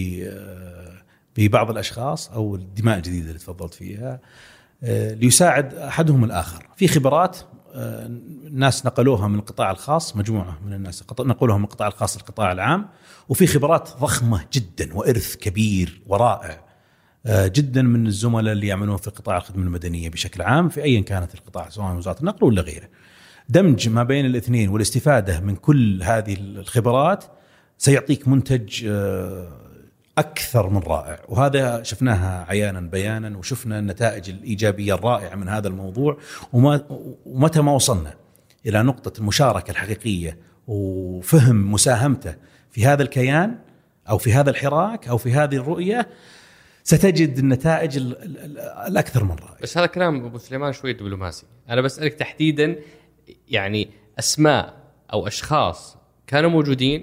ببعض الأشخاص أو الدماء الجديدة اللي تفضلت فيها ليساعد أحدهم الآخر. في خبرات الناس نقلوها من القطاع الخاص، مجموعة من الناس نقلوها من القطاع الخاص للقطاع العام، وفي خبرات ضخمة جدا وإرث كبير ورائع جدا من الزملاء اللي يعملون في قطاع الخدمة المدنية بشكل عام في أيا كانت القطاع، سواء وزارة النقل ولا غيره. دمج ما بين الاثنين والاستفادة من كل هذه الخبرات سيعطيك منتج أكثر من رائع، وهذا شفناها عيانا بيانا، وشفنا النتائج الإيجابية الرائعة من هذا الموضوع. ومتى ما وصلنا إلى نقطة المشاركة الحقيقية وفهم مساهمته في هذا الكيان أو في هذا الحراك أو في هذه الرؤية، ستجد النتائج ال ال الأكثر من رائعة. بس هذا كلام أبو سليمان شوي دبلوماسي. أنا بسألك تحديدا يعني أسماء أو أشخاص كانوا موجودين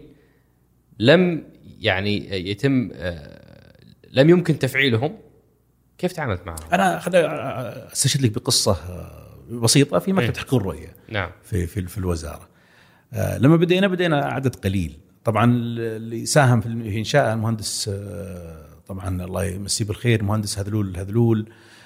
لم يعني يتم لم يمكن تفعيلهم، كيف تعاملت معهم؟ أنا خليني أستشهد لك بقصة بسيطة في مكتب تحقيق الرؤية. نعم. في في في الوزارة. لما بدينا بدينا عدد قليل، طبعا اللي ساهم في إنشاء المهندس طبعا الله يمسيه بالخير مهندس هذلول الهذلول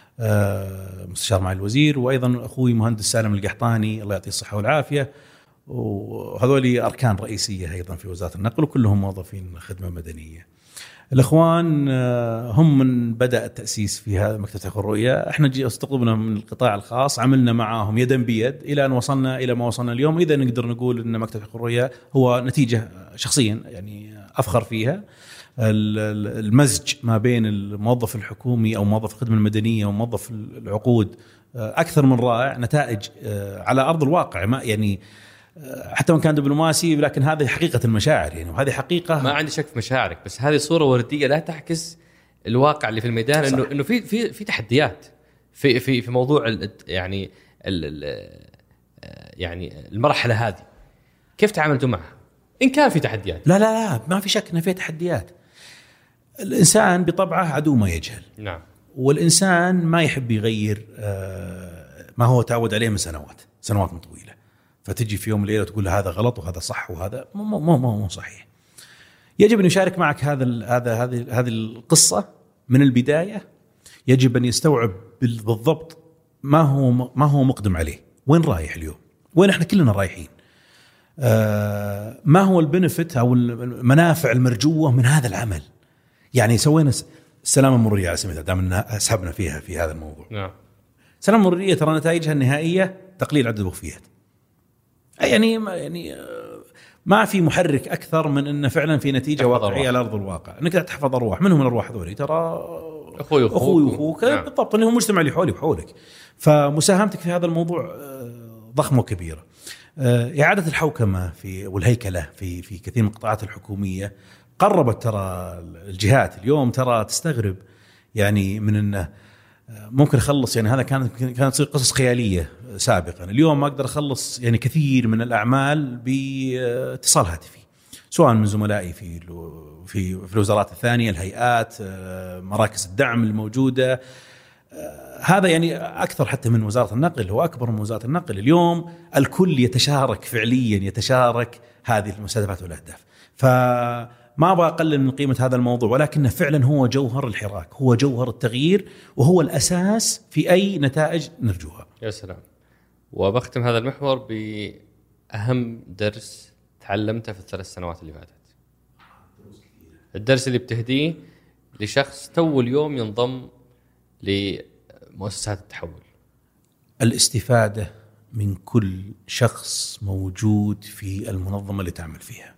مستشار معالي الوزير، وأيضا أخوي مهندس سالم القحطاني الله يعطيه الصحة والعافية، وهذول أركان رئيسية أيضا في وزارة النقل وكلهم موظفين خدمة مدنية. الأخوان هم من بدأ التأسيس في هذا مكتب تحقيق الرؤية. احنا جي استقطبنا من القطاع الخاص، عملنا معاهم يدا بيد إلى أن وصلنا إلى ما وصلنا اليوم. إذا نقدر نقول أن مكتب تحقيق الرؤية هو نتيجة شخصيا يعني أفخر فيها، المزج ما بين الموظف الحكومي أو موظف الخدمة المدنية وموظف العقود أكثر من رائع، نتائج على أرض الواقع ما يعني حتى وان كان دبلوماسي، لكن هذه حقيقة المشاعر يعني، وهذه حقيقة ما عندي شك في مشاعرك، بس هذه صورة وردية لا تعكس الواقع اللي في الميدان. انه انه في في في تحديات في في في موضوع ال يعني ال يعني المرحلة هذه، كيف تعاملتوا معها؟ إن كان في تحديات. لا لا لا ما في شك إن في تحديات. الإنسان بطبعه عدو ما يجهل. نعم. والإنسان ما يحب يغير ما هو تعود عليه من سنوات سنوات طويلة، فتجي في يوم وليلة تقول له هذا غلط وهذا صح وهذا مو مو مو مو صحيح. يجب أن يشارك معك هذا هذا هذه هذه القصة من البداية. يجب أن يستوعب بالضبط ما هو ما هو مقدم عليه، وين رايح اليوم، وين احنا كلنا رايحين، آه ما هو البنفت أو المنافع المرجوة من هذا العمل. يعني سوينا السلامة المرورية على سبيل المثال، دام أسحبنا فيها في هذا الموضوع. نعم. السلامة المرورية ترى نتائجها النهائية تقليل عدد الوفيات. يعني يعني ما في محرك أكثر من أن فعلا في نتيجة واقعية على أرض الواقع، أنك تحفظ أرواح. منهم الأرواح ذولي ترى أخوي وأخوك, أخوي وأخوك. نعم. بالضبط، اللي هو مجتمع اللي حولي وحولك. فمساهمتك في هذا الموضوع ضخمة وكبيرة. إعادة الحوكمة في والهيكلة في في كثير من القطاعات الحكومية قربت ترى الجهات. اليوم ترى تستغرب يعني من أنه ممكن أخلص، يعني هذا كانت كانت تصير قصص خيالية سابقا. اليوم ما أقدر أخلص يعني كثير من الأعمال باتصال هاتفي، سواء من زملائي في في في الوزارات الثانية، الهيئات، مراكز الدعم الموجودة. هذا يعني أكثر حتى من وزارة النقل، هو أكبر من وزارة النقل. اليوم الكل يتشارك فعليا، يتشارك هذه المستهدفات والأهداف. فما أبغى أقلل من قيمة هذا الموضوع، ولكنه فعلا هو جوهر الحراك، هو جوهر التغيير، وهو الأساس في أي نتائج نرجوها. يا سلام. وبختم هذا المحور بأهم درس تعلمته في الثلاث سنوات اللي فاتت. الدرس اللي بتهديه لشخص تو اليوم ينضم لمؤسسات التحول. الاستفادة من كل شخص موجود في المنظمة اللي تعمل فيها.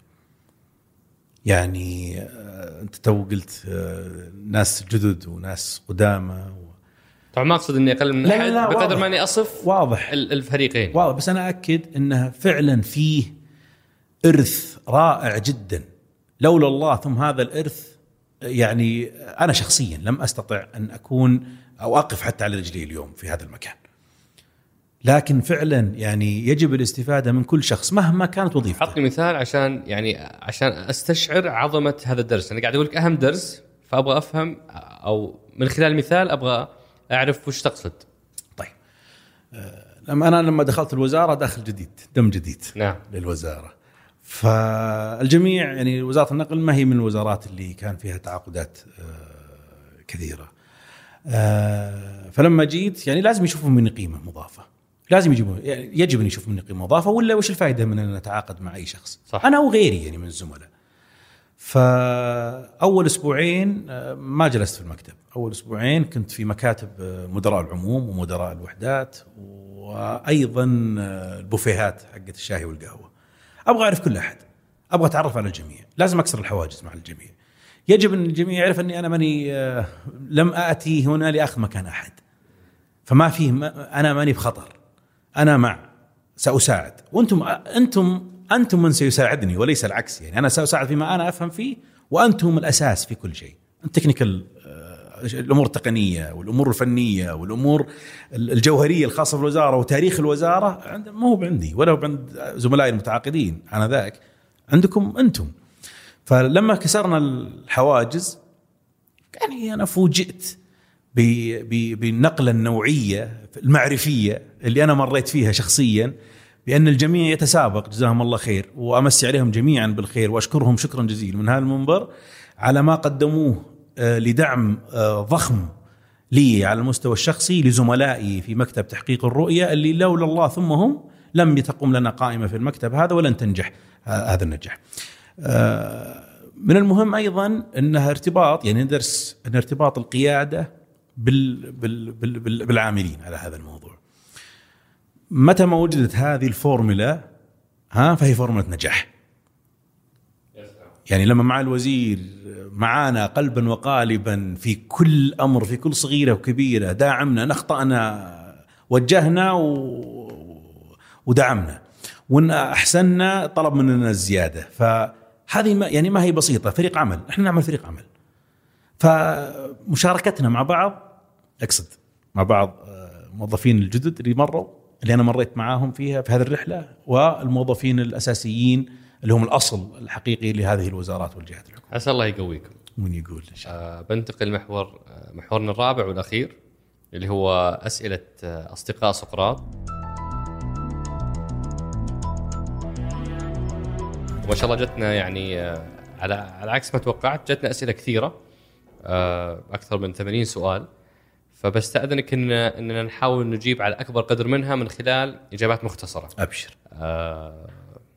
يعني أنت تو قلت ناس جدد وناس قدامى و... طبعا ما أقصد أني أقل من لا أحد، لا لا بقدر ما أني أصف واضح الفريقين واضح. بس أنا أكد أنها فعلا فيه إرث رائع جدا، لولا الله ثم هذا الإرث. يعني أنا شخصيا لم أستطع أن أكون أو أقف حتى على رجلي اليوم في هذا المكان، لكن فعلا يعني يجب الاستفادة من كل شخص مهما كانت وظيفته. أعطني مثال عشان يعني عشان أستشعر عظمة هذا الدرس. أنا قاعد أقول لك أهم درس، فأبغى أفهم أو من خلال مثال أبغى أعرف وش تقصد. طيب لما أنا لما دخلت الوزارة داخل جديد، دم جديد. نعم. للوزارة، فالجميع يعني وزارة النقل ما هي من الوزارات اللي كان فيها تعاقدات كثيرة. فلما جيت يعني لازم يشوفوا مني قيمة مضافة، لازم يجيبوا يعني يجب أن يشوفوا مني قيمة مضافة، ولا وش الفائدة من أن نتعاقد مع أي شخص؟ صح. أنا وغيري يعني من الزملاء. فأول أسبوعين ما جلست في المكتب، أول أسبوعين كنت في مكاتب مدراء العموم ومدراء الوحدات، وأيضا البوفيهات حقت الشاي والقهوة. أبغى أعرف كل أحد، أبغى أتعرف على الجميع، لازم أكسر الحواجز مع الجميع. يجب أن الجميع يعرف أني أنا ماني لم آتي هنا لأخذ مكان أحد، فما فيه أنا ماني بخطر، أنا مع سأساعد، وأنتم أنتم أنتم من سيساعدني وليس العكس. يعني أنا سأساعد فيما أنا أفهم فيه، وأنتم الأساس في كل شيء. التكنيكال الأمور التقنية والأمور الفنية والأمور الجوهرية الخاصة بالوزارة وتاريخ الوزارة ما هو عندي ولا هو عند زملائي المتعاقدين أنا ذاك، عندكم أنتم. فلما كسرنا الحواجز يعني أنا فوجئت بالنقلة النوعية المعرفية اللي أنا مريت فيها شخصيا، بأن الجميع يتسابق جزاهم الله خير، وأمسي عليهم جميعا بالخير وأشكرهم شكرا جزيلا من هذا المنبر على ما قدموه لدعم ضخم لي على المستوى الشخصي لزملائي في مكتب تحقيق الرؤية، اللي لولا الله ثم هم لم تقم لنا قائمة في المكتب هذا ولن تنجح هذا النجاح. من المهم أيضا أنها ارتباط، يعني ندرس أن ارتباط القيادة بال بال بال بالعاملين على هذا الموضوع. متى ما وجدت هذه الفورمولا ها فهي فورمولا نجاح. يعني لما مع الوزير معانا قلبا وقالبا في كل أمر، في كل صغيرة وكبيرة، داعمنا، نخطأنا وجهنا ودعمنا، وإن أحسننا طلب مننا الزيادة. فهذه ما يعني ما هي بسيطة، فريق عمل، إحنا نعمل فريق عمل. فمشاركتنا مع بعض، أقصد مع بعض موظفين الجدد اللي مروا اللي أنا مريت معاهم فيها في هذه الرحلة، والموظفين الأساسيين اللي هم الأصل الحقيقي لهذه الوزارات والجهات الحكومية. عسى الله يقويكم. من يقول إن شاء الله. آه بنتقل محور محورنا الرابع والأخير اللي هو أسئلة أصدقاء سقراط. وما شاء الله جتنا يعني على على عكس ما توقعت، جتنا أسئلة كثيرة، آه أكثر من ثمانين سؤال، فبستأذنك إن إننا نحاول نجيب على أكبر قدر منها من خلال إجابات مختصرة. أبشر. آه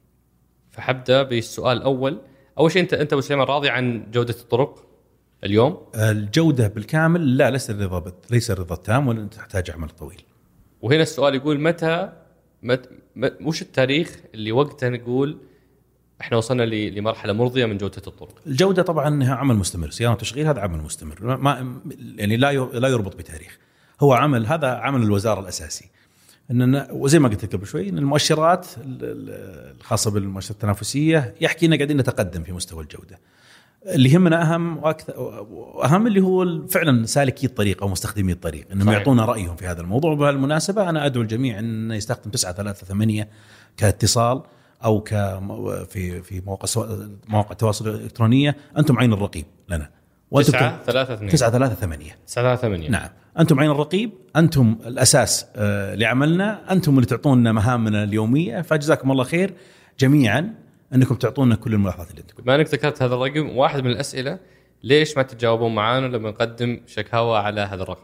فحبدأ بالسؤال الأول. أول شيء أنت أنت أبو سليمان راضي عن جودة الطرق اليوم؟ الجودة بالكامل لا، ليس الرضا ليس الرضا التام، ولا تحتاج عمل طويل. وهنا السؤال يقول متى مت وش التاريخ اللي وقته نقول احنا وصلنا لمرحلة مرضية من جودة الطرق؟ الجودة طبعا انها عمل مستمر، صيانة وتشغيل هذا عمل مستمر، ما يعني لا لا يربط بتاريخ، هو عمل، هذا عمل الوزارة الأساسي. إننا وزي ما قلت لك قبل شوي إن المؤشرات الخاصة بالمؤشرات التنافسية يحكي إننا قاعدين نتقدم في مستوى الجودة. اللي يهمنا أهم وأكثر وأهم اللي هو فعلا سالكي الطريق أو مستخدمي الطريق، إنهم يعطونا رأيهم في هذا الموضوع. وبهالمناسبة أنا أدعو الجميع أن يستخدم تسعة ثلاثة ثمانية كاتصال أو ك في في مواقع مواقع التواصل الإلكترونية. أنتم عين الرقيب لنا. تسعة ثلاثة ثمانية تسعة ثلاثة ثمانية تسعة ثلاثة ثمانية نعم، أنتم عين الرقيب، أنتم الأساس لعملنا، أنتم اللي تعطونا مهامنا اليومية. فجزاكم الله خير جميعا أنكم تعطونا كل الملاحظات اللي عندكم. ما أنك ذكرت هذا الرقم، واحد من الأسئلة ليش ما تتجاوبون معانا لما نقدم شكاوى على هذا الرقم؟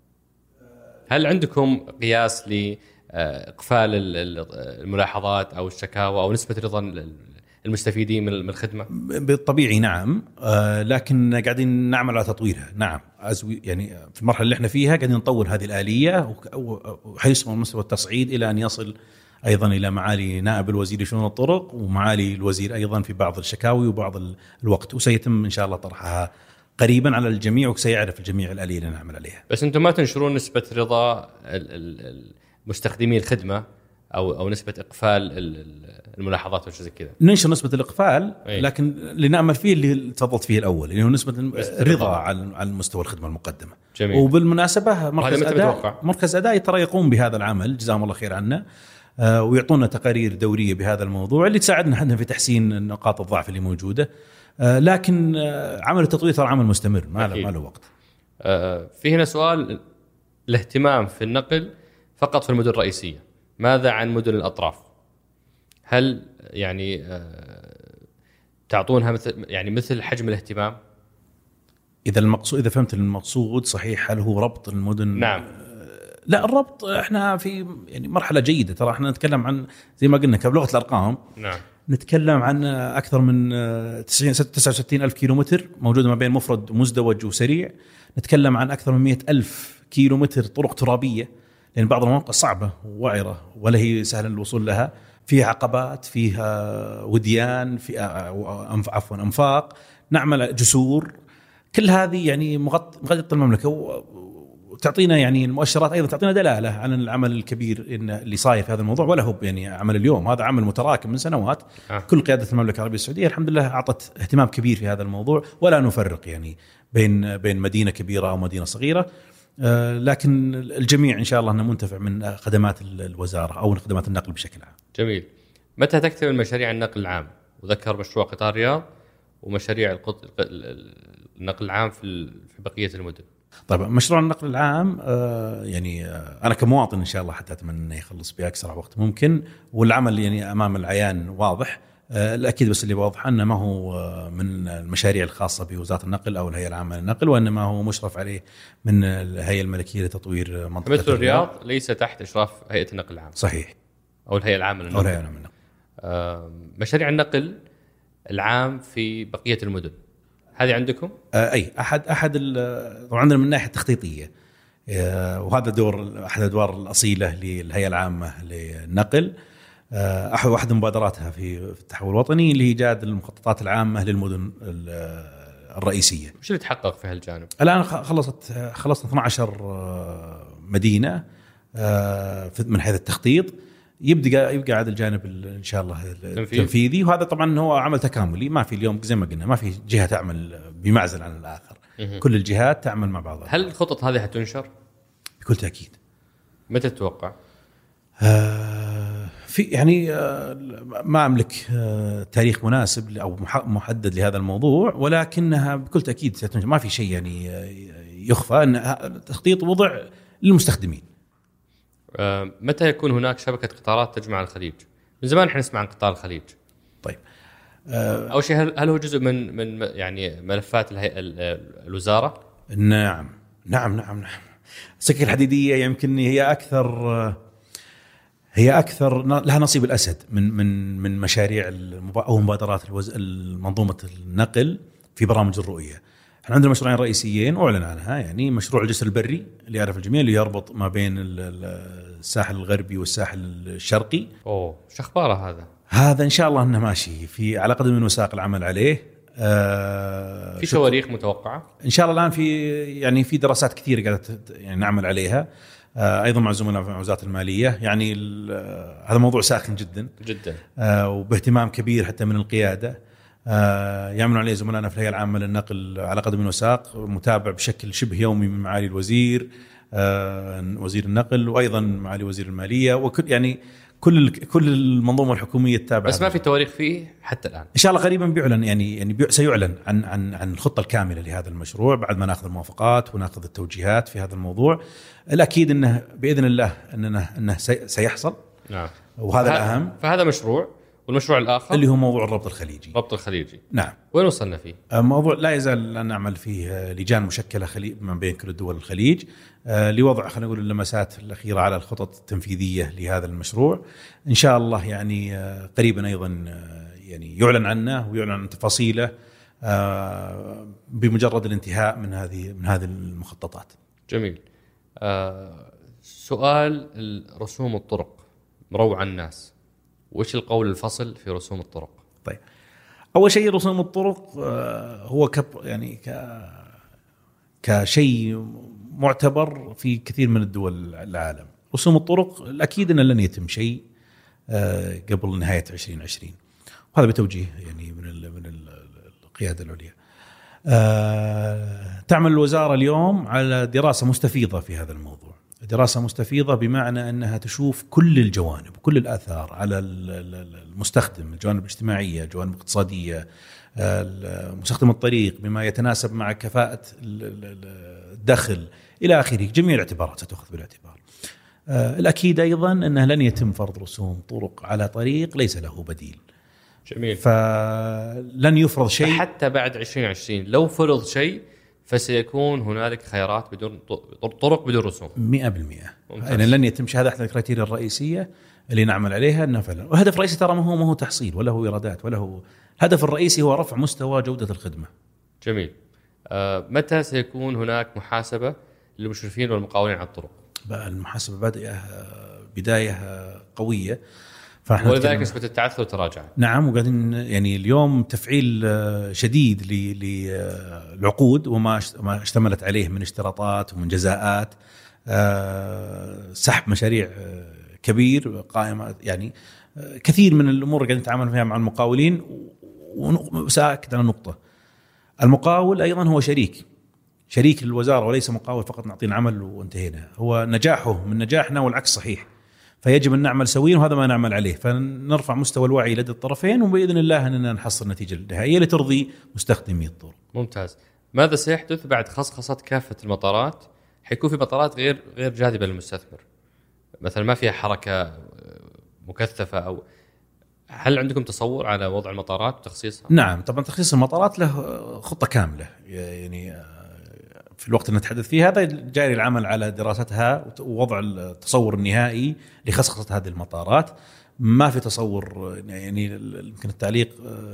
هل عندكم قياس لإقفال الملاحظات أو الشكاوى أو نسبة رضا المستفيدين من الخدمة؟ بالطبيعي نعم، آه لكن قاعدين نعمل على تطويرها. نعم يعني في المرحلة اللي احنا فيها قاعدين نطور هذه الآلية، وحيصل مستوى التصعيد إلى أن يصل أيضا إلى معالي نائب الوزير لشؤون الطرق ومعالي الوزير أيضا في بعض الشكاوي وبعض الوقت، وسيتم إن شاء الله طرحها قريبا على الجميع، وسيعرف الجميع الآلية اللي نعمل عليها. بس أنتم ما تنشرون نسبة رضا المستخدمين الخدمة أو أو نسبة إقفال الملاحظات وشيء زي كذا؟ ننشر نسبة الإقفال، لكن اللي نعمل فيه اللي تفضلت فيه الأول اللي هو نسبة الرضا على مستوى الخدمة المقدمة. جميل. وبالمناسبة مركز أداء مركز أداء ترى يقوم بهذا العمل جزاهم الله خير عنا، آه ويعطونا تقارير دورية بهذا الموضوع اللي تساعدنا حنا في تحسين نقاط الضعف اللي موجودة. آه لكن آه عمل التطوير ترى عمل مستمر ما له ما له وقت. آه في هنا سؤال، الاهتمام في النقل فقط في المدن الرئيسية، ماذا عن مدن الأطراف؟ هل يعني تعطونها مثل يعني مثل حجم الاهتمام؟ إذا المقصود إذا فهمت المقصود صحيح، هل هو ربط المدن؟ نعم. لا، الربط احنا في يعني مرحلة جيدة، ترى احنا نتكلم عن زي ما قلنا بلغة الأرقام. نعم. نتكلم عن أكثر من تسعة وستين ألف كيلومتر موجودة ما بين مفرد ومزدوج وسريع. نتكلم عن أكثر من مئة ألف كيلومتر طرق ترابية، لأن بعض المواقع صعبة ووعرة ولا هي سهل الوصول لها، فيها عقبات، فيها وديان، في عفوا أنفاق، نعمل جسور، كل هذه يعني مغطى المملكة. وتعطينا يعني المؤشرات أيضا تعطينا دلالة عن العمل الكبير إن اللي صاير في هذا الموضوع، ولا هو يعني عمل اليوم، هذا عمل متراكم من سنوات. آه. كل قيادة المملكة العربية السعودية الحمد لله أعطت اهتمام كبير في هذا الموضوع، ولا نفرق يعني بين بين مدينة كبيرة أو مدينة صغيرة. آه لكن الجميع إن شاء الله أنه منتفع من خدمات الوزارة أو خدمات النقل بشكل عام. جميل. متى تكتمل مشاريع النقل العام؟ وذكر مشروع قطار الرياض ومشاريع القط... النقل العام في في بقية المدن. طيب مشروع النقل العام آه يعني آه أنا كمواطن إن شاء الله حتى أتمنى أنه يخلص بأسرع وقت ممكن، والعمل يعني أمام العيان واضح. آه الأكيد بس اللي واضح أنه ما هو آه من المشاريع الخاصة بوزارة النقل أو الهيئة العامة للنقل، وإنما هو مشرف عليه من الهيئة الملكية لتطوير منطقة مثل الرياض. ليس تحت إشراف هيئة النقل العام. صحيح. أو الهيئة العامة للنقل. أو الهيئة العامة للنقل. آه مشاريع النقل العام في بقية المدن هذه عندكم؟ آه أي أحد أحد طبعا عندنا من الناحية التخطيطية، آه وهذا دور أحد الأدوار الأصيلة للهيئة العامة للنقل. آه أحد واحد مبادراتها في التحول الوطني اللي هي إيجاد المخططات العامة للمدن الرئيسية. وش اللي تحقق في هالجانب؟ الآن خلصت خلصنا اثنا عشر مدينة آه من حيث التخطيط. يبدأ يبقى عاد الجانب إن شاء الله التنفيذي، وهذا طبعا هو عمل تكاملي. ما في اليوم زي ما قلنا ما في جهة تعمل بمعزل عن الآخر، كل الجهات تعمل مع بعضها. هل الخطط هذه حتنشر؟ بكل تأكيد. متى تتوقع؟ آه في يعني آه ما أملك آه تاريخ مناسب أو محدد لهذا الموضوع، ولكنها بكل تأكيد ستنشر. ما في شيء يعني يخفى أن التخطيط وضع للمستخدمين. متى يكون هناك شبكة قطارات تجمع الخليج؟ من زمان احنا نسمع عن قطار الخليج. طيب أه أول شيء هل هو جزء من من يعني ملفات الهيئة الوزارة؟ نعم نعم نعم نعم. السكك الحديدية يمكن هي أكثر هي أكثر لها نصيب الأسد من من من مشاريع أو مبادرات المنظومة النقل في برامج الرؤية. احنا عندنا مشروعين رئيسيين أعلن عنها، يعني مشروع الجسر البري اللي يعرف الجميع اللي يربط ما بين الساحل الغربي والساحل الشرقي. أوه شو أخباره هذا؟ هذا إن شاء الله أنه ماشي في على قدم وساق العمل عليه. آه في تواريخ متوقعة؟ إن شاء الله الآن في يعني في دراسات كثيرة قاعدة يعني نعمل عليها آه أيضا مع زملاء في وزارة المالية. يعني هذا موضوع ساخن جدا جدا آه وباهتمام كبير حتى من القيادة. آه يعملون عليه زملائنا في الهيئة العامة للنقل على قدم وساق، متابع بشكل شبه يومي من معالي الوزير آه وزير النقل وأيضا معالي وزير المالية، وكل يعني كل كل المنظومة الحكومية تتابع. بس ما في تواريخ فيه حتى الآن. إن شاء الله قريبا بيعلن يعني يعني بي سيعلن عن عن عن الخطة الكاملة لهذا المشروع بعد ما ناخذ الموافقات وناخذ التوجيهات في هذا الموضوع. الأكيد إنه بإذن الله إنه إنه سيحصل. نعم. وهذا الأهم. فهذا مشروع. والمشروع الآخر اللي هو موضوع الربط الخليجي. الربط الخليجي. نعم. وين وصلنا فيه؟ موضوع لا يزال نعمل فيه لجان مشكلة خليج ما بين كل الدول الخليج لوضع خلينا نقول اللمسات الأخيرة على الخطط التنفيذية لهذا المشروع. إن شاء الله يعني قريبا أيضا يعني يعلن عنه ويعلن عن تفاصيله بمجرد الانتهاء من هذه من هذه المخططات. جميل. آه سؤال رسوم الطرق مروع الناس، وش القول الفصل في رسوم الطرق؟ طيب أول شيء رسوم الطرق هو كب يعني ك كشيء معتبر في كثير من الدول العالم. رسوم الطرق الأكيد أن لن يتم شيء قبل نهاية عشرين عشرين، وهذا بتوجيه يعني من من القيادة العليا. تعمل الوزارة اليوم على دراسة مستفيضة في هذا الموضوع، دراسة مستفيضة بمعنى أنها تشوف كل الجوانب وكل الآثار على المستخدم، الجوانب الاجتماعية، الجوانب الاقتصادية، مستخدم الطريق بما يتناسب مع كفاءة الدخل إلى آخره. جميع الاعتبارات ستأخذ بالاعتبار. الأكيد أيضا أنه لن يتم فرض رسوم طرق على طريق ليس له بديل. جميل. فلن يفرض شيء حتى بعد عشرين عشرين. لو فرض شيء فسيكون هنالك خيارات بدون طرق بدون رسوم. مئة بالمئة. يعني لن يتم شهادة أحد الكريتيريا الرئيسية اللي نعمل عليها أنه فعلا. والهدف الرئيسي ترى ما هو ما هو تحصيل ولا هو إيرادات ولا هو، الهدف الرئيسي هو رفع مستوى جودة الخدمة. جميل. آه متى سيكون هناك محاسبة للمشرفين والمقاولين على الطرق؟ المحاسبة بادئة بداية قوية ولذلك نسبة التعثر تراجع. نعم، وقاعدين يعني اليوم تفعيل شديد للعقود وما ما اشتملت عليه من اشتراطات ومن جزاءات، سحب مشاريع كبير قائمة، يعني كثير من الأمور قاعدين نتعامل فيها مع المقاولين. وسأكد على نقطة، المقاول أيضا هو شريك شريك للوزارة وليس مقاول فقط نعطيه العمل وانتهينا. هو نجاحه من نجاحنا والعكس صحيح، فيجب أن نعمل سويا وهذا ما نعمل عليه، فنرفع مستوى الوعي لدى الطرفين وبإذن الله أننا نحصل النتيجة النهائية لترضي مستخدمي الطرق. ممتاز. ماذا سيحدث بعد خصخصة كافة المطارات؟ حيكون في مطارات غير غير جاذبة للمستثمر، مثلا ما فيها حركة مكثفة، أو هل عندكم تصور على وضع المطارات وتخصيصها؟ نعم طبعا، تخصيص المطارات له خطة كاملة، يعني في الوقت اللي نتحدث فيه هذا جاري العمل على دراستها ووضع التصور النهائي لخصخصة هذه المطارات. ما في تصور، يعني يمكن التعليق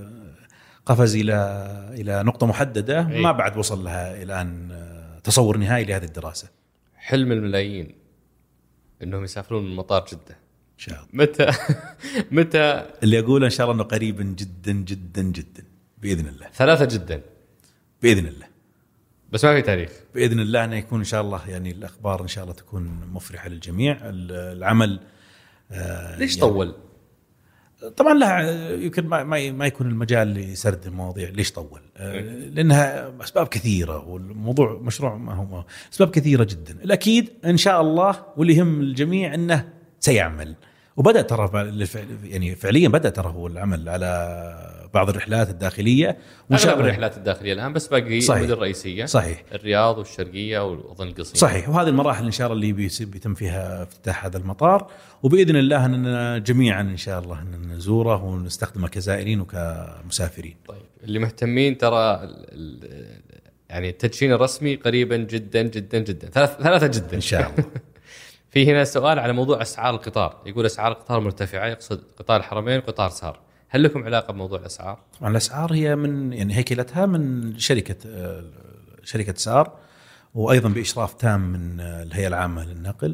قفز إلى إلى نقطة محددة ما بعد وصل لها الآن تصور نهائي لهذه الدراسة. حلم الملايين إنهم يسافرون من مطار جدة إن شاء الله. متى متى اللي أقوله إن شاء الله إنه قريبا جدا جدا جدا بإذن الله. ثلاثة جدا بإذن الله، بس ما في تاريخ. بإذن الله أنه يكون إن شاء الله، يعني الأخبار إن شاء الله تكون مفرحة للجميع. العمل آه ليش يعني طول؟ طبعا لا يمكن ما ما يكون المجال لسرد المواضيع ليش طول، آه لأنها أسباب كثيرة، والموضوع مشروع ما هو أسباب كثيرة جدا. الأكيد إن شاء الله واللي يهم الجميع أنه سيعمل، وبدأ ترى يعني فعليا بدأ ترى هو العمل على بعض الرحلات الداخلية، أغلب الرحلات الداخلية الآن، بس باقي المدن الرئيسية صحيح، الرياض والشرقية وأظن القصيم صحيح. وهذه المراحل إن شاء الله اللي بيتم فيها افتتاح هذا المطار، وبإذن الله أننا جميعا إن شاء الله أن نزوره ونستخدمه كزائرين وكمسافرين. طيب اللي مهتمين ترى يعني التدشين الرسمي قريبا جدا جدا جدا، ثلاثة جدا إن شاء الله. في هنا سؤال على موضوع أسعار القطار، يقول أسعار القطار مرتفعة، يقصد قطار الحرمين وقطار سار، هل لكم علاقة بموضوع الأسعار؟ طبعا الأسعار هي من يعني هيكلتها من شركة شركة سار، وأيضا بإشراف تام من الهيئة العامة للنقل.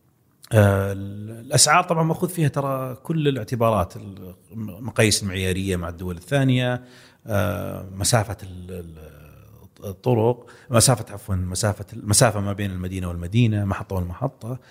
الأسعار طبعا مأخوذ فيها ترى كل الاعتبارات، المقاييس المعيارية مع الدول الثانية، مسافة الطرق، مسافة عفوا مسافة المسافة ما بين المدينة والمدينة، محطة والمحطة،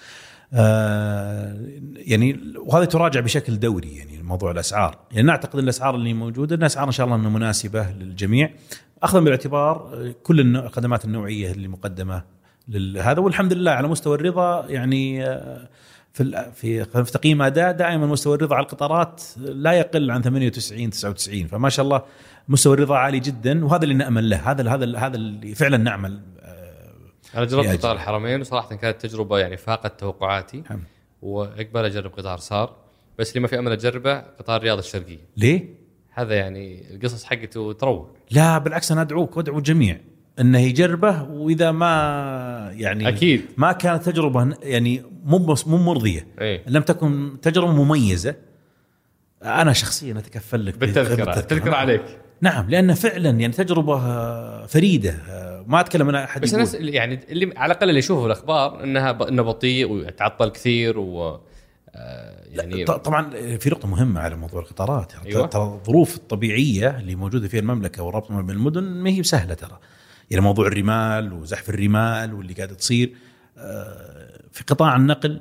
آه يعني وهذا تراجع بشكل دوري. يعني موضوع الأسعار، يعني نعتقد أن الأسعار اللي موجودة الأسعار إن شاء الله أنها مناسبة للجميع، أخذا بالاعتبار كل الخدمات النوعية اللي مقدمة لهذا. والحمد لله على مستوى الرضا، يعني في في في تقييم أداء دائما مستوى الرضا على القطارات لا يقل عن ثمانية وتسعين تسعة وتسعين، فما شاء الله مستوى الرضا عالي جدا، وهذا اللي نأمل له، هذا هذا هذا اللي فعلا نعمل. أنا جربت قطار الحرمين وصراحة كانت تجربة يعني فاقت توقعاتي، وأقبل أجرب قطار سار، بس اللي ما في أمل أجربه قطار رياض الشرقية. ليه؟ هذا يعني القصص حقته تروع. لا بالعكس، أنا أدعوك وأدعو الجميع أنه يجربه، وإذا ما يعني أكيد ما كانت تجربة يعني مو مو مرضية، أيه؟ لم تكن تجربة مميزة، أنا شخصيا أتكفل لك بالتذكرة التذكرة عليك. نعم، لأن فعلا يعني تجربة فريدة، ما أتكلم أنا أحد بس الناس يعني اللي على الأقل اللي يشوفوا الأخبار إنها ب... إنه بطيء ويتعطل كثير و يعني طبعا في نقطة مهمة على موضوع القطارات. أيوة. ترى الظروف الطبيعية اللي موجودة في المملكة والربط بين المدن ما هي سهلة ترى، يعني موضوع الرمال وزحف الرمال واللي قاعدة تصير في قطاع النقل،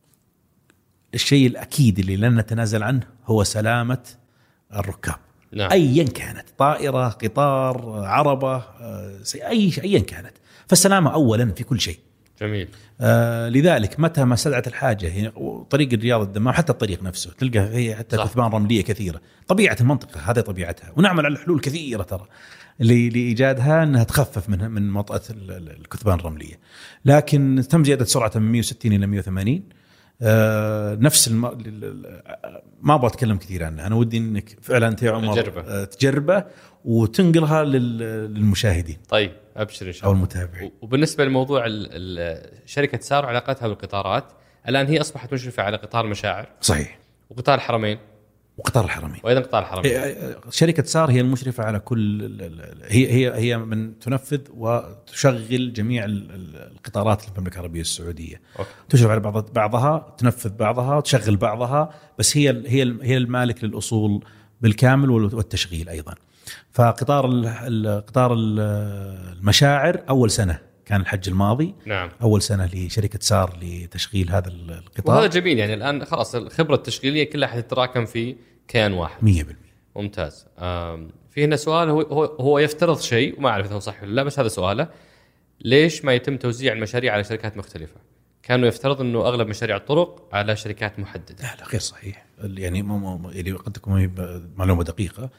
الشيء الأكيد اللي لن نتنازل عنه هو سلامة الركاب. نعم. أيا كانت طائرة، قطار، عربة، أي أيا كانت، فالسلامة أولا في كل شيء. جميل. آه لذلك متى ما استدعت الحاجة، يعني طريق الرياض الدمام حتى الطريق نفسه تلقى فيه حتى كثبان رملية كثيرة، طبيعة المنطقة هذه طبيعتها، ونعمل على حلول كثيرة ترى لإيجادها أنها تخفف من من منطقة الكثبان الرملية، لكن تم زيادة سرعة من مئة وستين إلى مئة وثمانين. آه نفس الم... ما أبغى أتكلم كثير عنه، أنا ودي إنك فعلا أنت يا عمر تجربة. تجربة وتنقلها لل... للمشاهدين. طيب أبشر إن شاء الله. أو المتابعين. وبالنسبة لموضوع شركة سار وعلاقتها بالقطارات، الآن هي أصبحت مشرفة على قطار المشاعر. صحيح. وقطار الحرمين وقطار الحرمين. وايضا قطار الحرمين. شركه سار هي المشرفه على كل، هي هي هي من تنفذ وتشغل جميع القطارات في المملكه العربيه السعوديه. أوكي. تشرف على بعض بعضها، تنفذ بعضها، تشغل بعضها، بس هي هي هي المالك للاصول بالكامل والتشغيل ايضا. فقطار القطار المشاعر اول سنه كان الحج الماضي. نعم. اول سنه لشركه سار لتشغيل هذا القطار، وهذا جميل. يعني الان خلاص الخبره التشغيليه كلها حتتراكم في كيان واحد. مية بالمية. ممتاز. في هنا سؤال، هو هو هو يفترض شيء وما اعرف اذا هو صح ولا لا، بس هذا سؤاله: ليش ما يتم توزيع المشاريع على شركات مختلفه؟ كانوا يفترض انه اغلب مشاريع الطرق على شركات محدده. لا لا، غير صحيح. يعني ما يعني قد تكون معلومه دقيقه.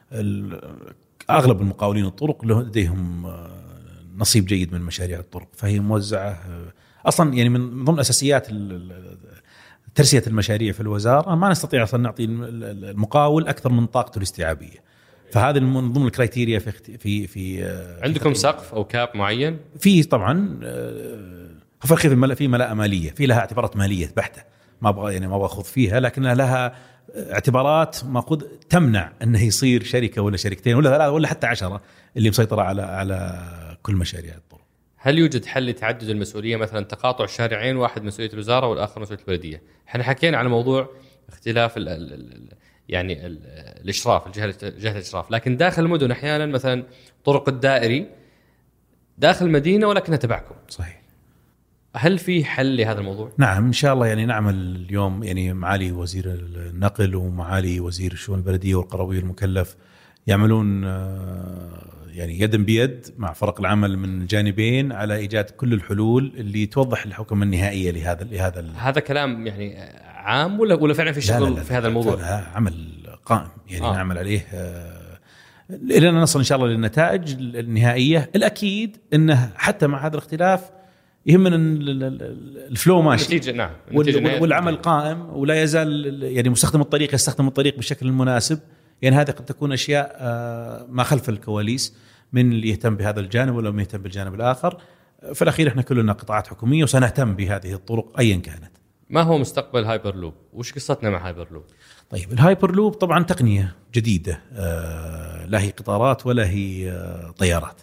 اغلب المقاولين الطرق لديهم نصيب جيد من مشاريع الطرق، فهي موزعه اصلا. يعني من ضمن اساسيات ترسيه المشاريع في الوزاره ما نستطيع اصلا نعطي المقاول اكثر من طاقته الاستيعابيه. فهذا من ضمن الكرايتيريا في في في عندكم في سقف او كاب معين؟ في طبعا في في في ملاءه ماليه، في لها اعتبارات ماليه بحته، ما ابغى يعني ما باخذ فيها، لكنها لها اعتبارات ماخذ تمنع انه يصير شركه ولا شركتين ولا ثلاثه ولا حتى عشرة اللي مسيطره على على كل مشاريع الطرق. هل يوجد حل لتعدد المسؤوليه، مثلا تقاطع شارعين، واحد مسؤوليه الوزاره والاخر مسؤوليه البلديه؟ احنا حكينا على موضوع اختلاف ال ال يعني ال الاشراف، الجهه جهه الاشراف، لكن داخل المدن احيانا مثلا طرق الدائري داخل المدينه ولكنها تبعكم. صحيح. هل في حل لهذا الموضوع؟ نعم ان شاء الله. يعني نعمل اليوم يعني معالي وزير النقل ومعالي وزير الشؤون البلديه والقرويه المكلف يعملون يعني يدا بيد مع فرق العمل من جانبين على ايجاد كل الحلول اللي توضح الحكم النهائيه لهذا لهذا هذا كلام يعني عام ولا ولا فعلا في شغل في هذا الموضوع؟ عمل قائم يعني. آه. نعمل عليه الى ان نصل ان شاء الله للنتائج النهائيه. الاكيد انه حتى مع هذا الاختلاف يهمنا الفلو ماشي. النتيجة. نعم. النتيجة والعمل قائم ولا يزال يعني مستخدم الطريق يستخدم الطريق بالشكل المناسب. يعني هذه قد تكون أشياء ما خلف الكواليس من اللي يهتم بهذا الجانب ولا ما يهتم بالجانب الآخر. في الأخير إحنا كلنا قطاعات حكومية وسنهتم بهذه الطرق أيا كانت. ما هو مستقبل هايبر لوب؟ وش قصتنا مع هايبر لوب؟ طيب الهايبر لوب طبعا تقنية جديدة، لا هي قطارات ولا هي طيارات.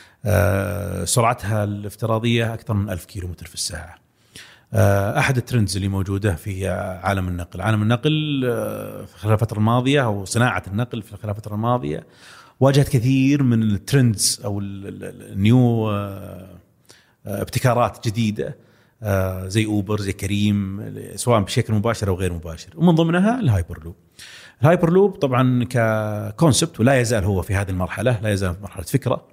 سرعتها الافتراضية أكثر من ألف كيلومتر في الساعة. أحد الترندز اللي موجودة في عالم النقل عالم النقل في خلال الفترة الماضية أو صناعة النقل في خلال الفترة الماضية واجهت كثير من الترندز أو النيو ابتكارات جديدة زي أوبر زي كريم، سواء بشكل مباشر أو غير مباشر، ومن ضمنها الهايبر لوب. الهايبر لوب طبعا ككونسبت ولا يزال هو في هذه المرحلة، لا يزال في مرحلة فكرة.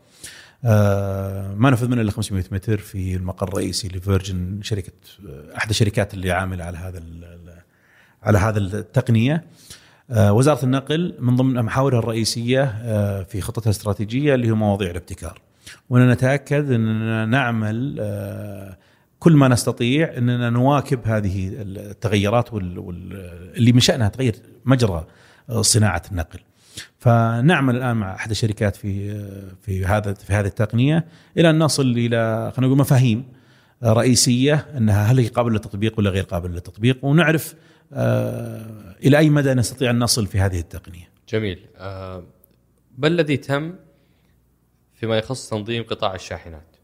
آه ما نفذ منه الا خمسمائة متر في المقر الرئيسي لفيرجن، شركه احد الشركات اللي عامله على هذا على هذا التقنيه. آه وزاره النقل من ضمن محاورها الرئيسيه آه في خطتها الاستراتيجيه اللي هي مواضيع الابتكار، وأننا نتاكد اننا نعمل آه كل ما نستطيع اننا نواكب هذه التغيرات واللي من شأنها تغير مجرى صناعه النقل. فنعمل الآن مع أحد الشركات في في هذا في هذه التقنية إلى أن نصل إلى خلينا نقول مفاهيم رئيسية أنها هل هي قابلة للتطبيق ولا غير قابلة للتطبيق، ونعرف إلى أي مدى نستطيع أن نصل في هذه التقنية. جميل. بل الذي تم فيما يخص تنظيم قطاع الشاحنات؟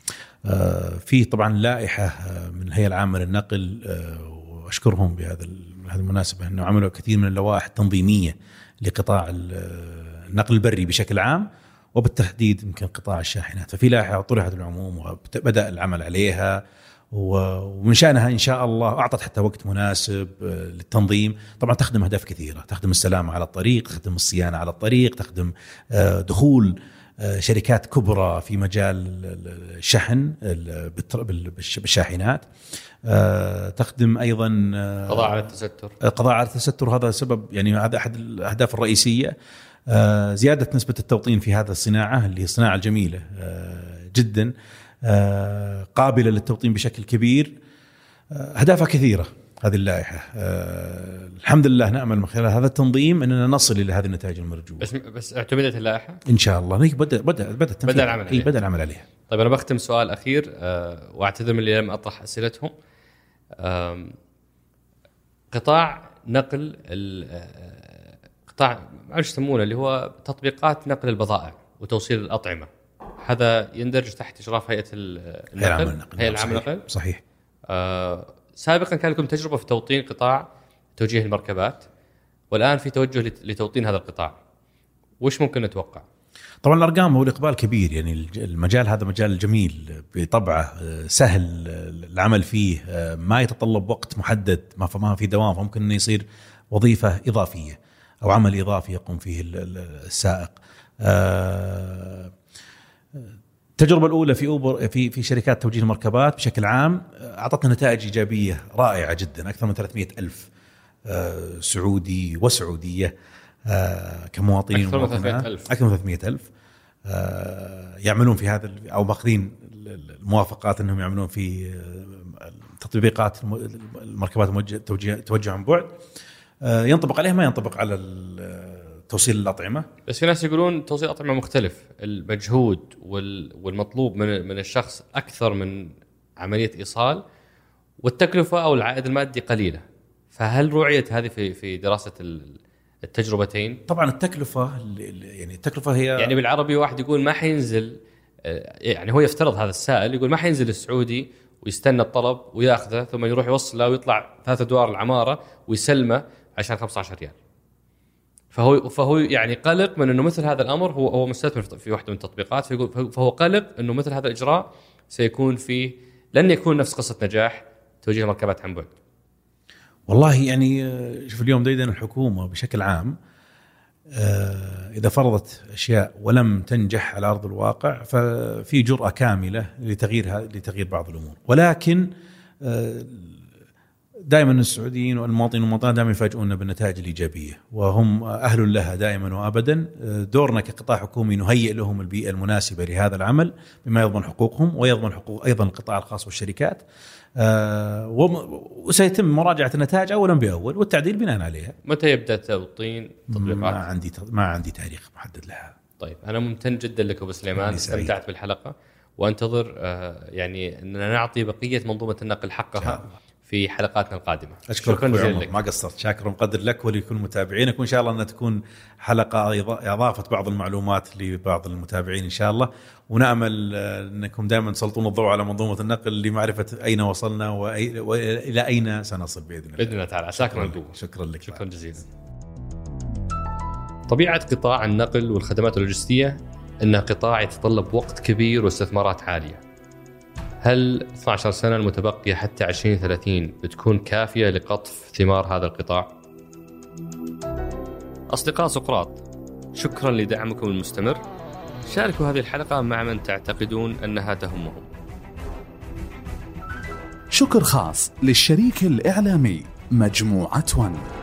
في طبعا لائحة من الهيئة العامة للنقل، وأشكرهم بهذا هذه المناسبة أنه عملوا كثير من اللوائح التنظيمية لقطاع النقل البري بشكل عام وبالتحديد يمكن قطاع الشاحنات. ففي لائحة طرحت العموم وبدأ العمل عليها، ومن شأنها إن شاء الله أعطت حتى وقت مناسب للتنظيم. طبعا تخدم أهداف كثيرة، تخدم السلامة على الطريق، تخدم الصيانة على الطريق، تخدم دخول شركات كبرى في مجال الشحن بالشاحنات، تخدم أيضا قضاء على التستر. قضاء على التستر هذا سبب يعني هذا أحد الأهداف الرئيسية. زيادة نسبة التوطين في هذا الصناعة اللي هي الصناعة الجميلة جدا، قابلة للتوطين بشكل كبير. أهدافها كثيرة هذه اللائحة. الحمد لله نأمل من خلال هذا التنظيم أننا نصل إلى هذه النتائج المرجوة. بس بس اعتمدت اللائحة إن شاء الله. بدأ بدأ بدأ بدأ العمل عليها. بدأ العمل عليها. طيب أنا بختم سؤال أخير وأعتذر من اللي لم أطرح أسئلتهم. قطاع نقل قطاع ما ايش يسمونه اللي هو تطبيقات نقل البضائع وتوصيل الأطعمة، هذا يندرج تحت إشراف هيئة النقل، هيئة العامة للنقل. صحيح. آه سابقا كان لكم تجربة في توطين قطاع توجيه المركبات، والآن في توجه لتوطين هذا القطاع، وش ممكن نتوقع؟ طبعا الأرقام هو الإقبال كبير، يعني المجال هذا مجال جميل بطبعه، سهل العمل فيه، ما يتطلب وقت محدد، ما ما في دوام، فممكن أنه يصير وظيفة إضافية أو عمل إضافي يقوم فيه السائق. التجربة الأولى في أوبر في في شركات توجيه المركبات بشكل عام أعطتنا نتائج إيجابية رائعة جدا، أكثر من ثلاثمئة ألف سعودي وسعودية كمواطنين أكثر من ثلاثمئة ألف أكثر من ثلاثمئة ألف يعملون في هذا أو ماخذين الموافقات أنهم يعملون في تطبيقات المركبات توجيه توجه عن بعد، ينطبق عليه ما ينطبق على توصيل الأطعمة. بس في ناس يقولون توصيل الأطعمة مختلف، المجهود والمطلوب من من الشخص أكثر من عملية إيصال، والتكلفة أو العائد المادي قليلة. فهل رعيت هذه في في دراسة التجربتين؟ طبعا التكلفة يعني التكلفة هي يعني بالعربي واحد يقول ما حينزل، يعني هو يفترض هذا السائل يقول ما حينزل السعودي ويستنى الطلب وياخذه ثم يروح يوصله ويطلع ثلاث أدوار العمارة ويسلمه عشان خمسة عشر ريال. فهو فهو يعني قلق من انه مثل هذا الامر، هو هو مستثمر في واحده من التطبيقات، فيقول فهو قلق انه مثل هذا الاجراء سيكون فيه لن يكون نفس قصه نجاح توجيه المركبات عن بعد. والله يعني شوف اليوم دايما الحكومه بشكل عام اذا فرضت اشياء ولم تنجح على ارض الواقع ففي جرأة كامله لتغييرها لتغيير بعض الامور، ولكن دائما السعوديين والمواطنين والمواطنات دائما يفاجئونا بالنتائج الإيجابية وهم أهل لها دائما وأبدا. دورنا كقطاع حكومي نهيئ لهم البيئة المناسبة لهذا العمل بما يضمن حقوقهم ويضمن حقوق أيضا القطاع الخاص والشركات، وسيتم مراجعة النتائج أولا بأول والتعديل بناء عليها. متى يبدأ توطين تطبيقات؟ ما عندي ما عندي تاريخ محدد لها. طيب أنا ممتن جدا لك أبو سليمان، استمتعت بالحلقة وانتظر يعني أننا نعطي بقية منظومة النقل حقها في حلقاتنا القادمة. أشكرك جزيلا، ما قصرت، شاكر ومقدر لك ولكل متابعينك، وإن شاء الله أن تكون حلقة إضافة بعض المعلومات لبعض المتابعين إن شاء الله، ونأمل أنكم دائما تسلطون الضوء على منظومة النقل لمعرفة أين وصلنا وإلى أين سنصل بإذن الله. بإذن الله تعالى. عساكم القوة. شكرا لك. شكرا جزيلا. طبيعة قطاع النقل والخدمات اللوجستية أنها قطاع يتطلب وقت كبير واستثمارات عالية. هل اثنتي عشرة سنة المتبقية حتى عشرين ثلاثين بتكون كافية لقطف ثمار هذا القطاع؟ أصدقاء سقراط، شكرا لدعمكم المستمر. شاركوا هذه الحلقة مع من تعتقدون أنها تهمهم. شكر خاص للشريك الإعلامي مجموعة ون.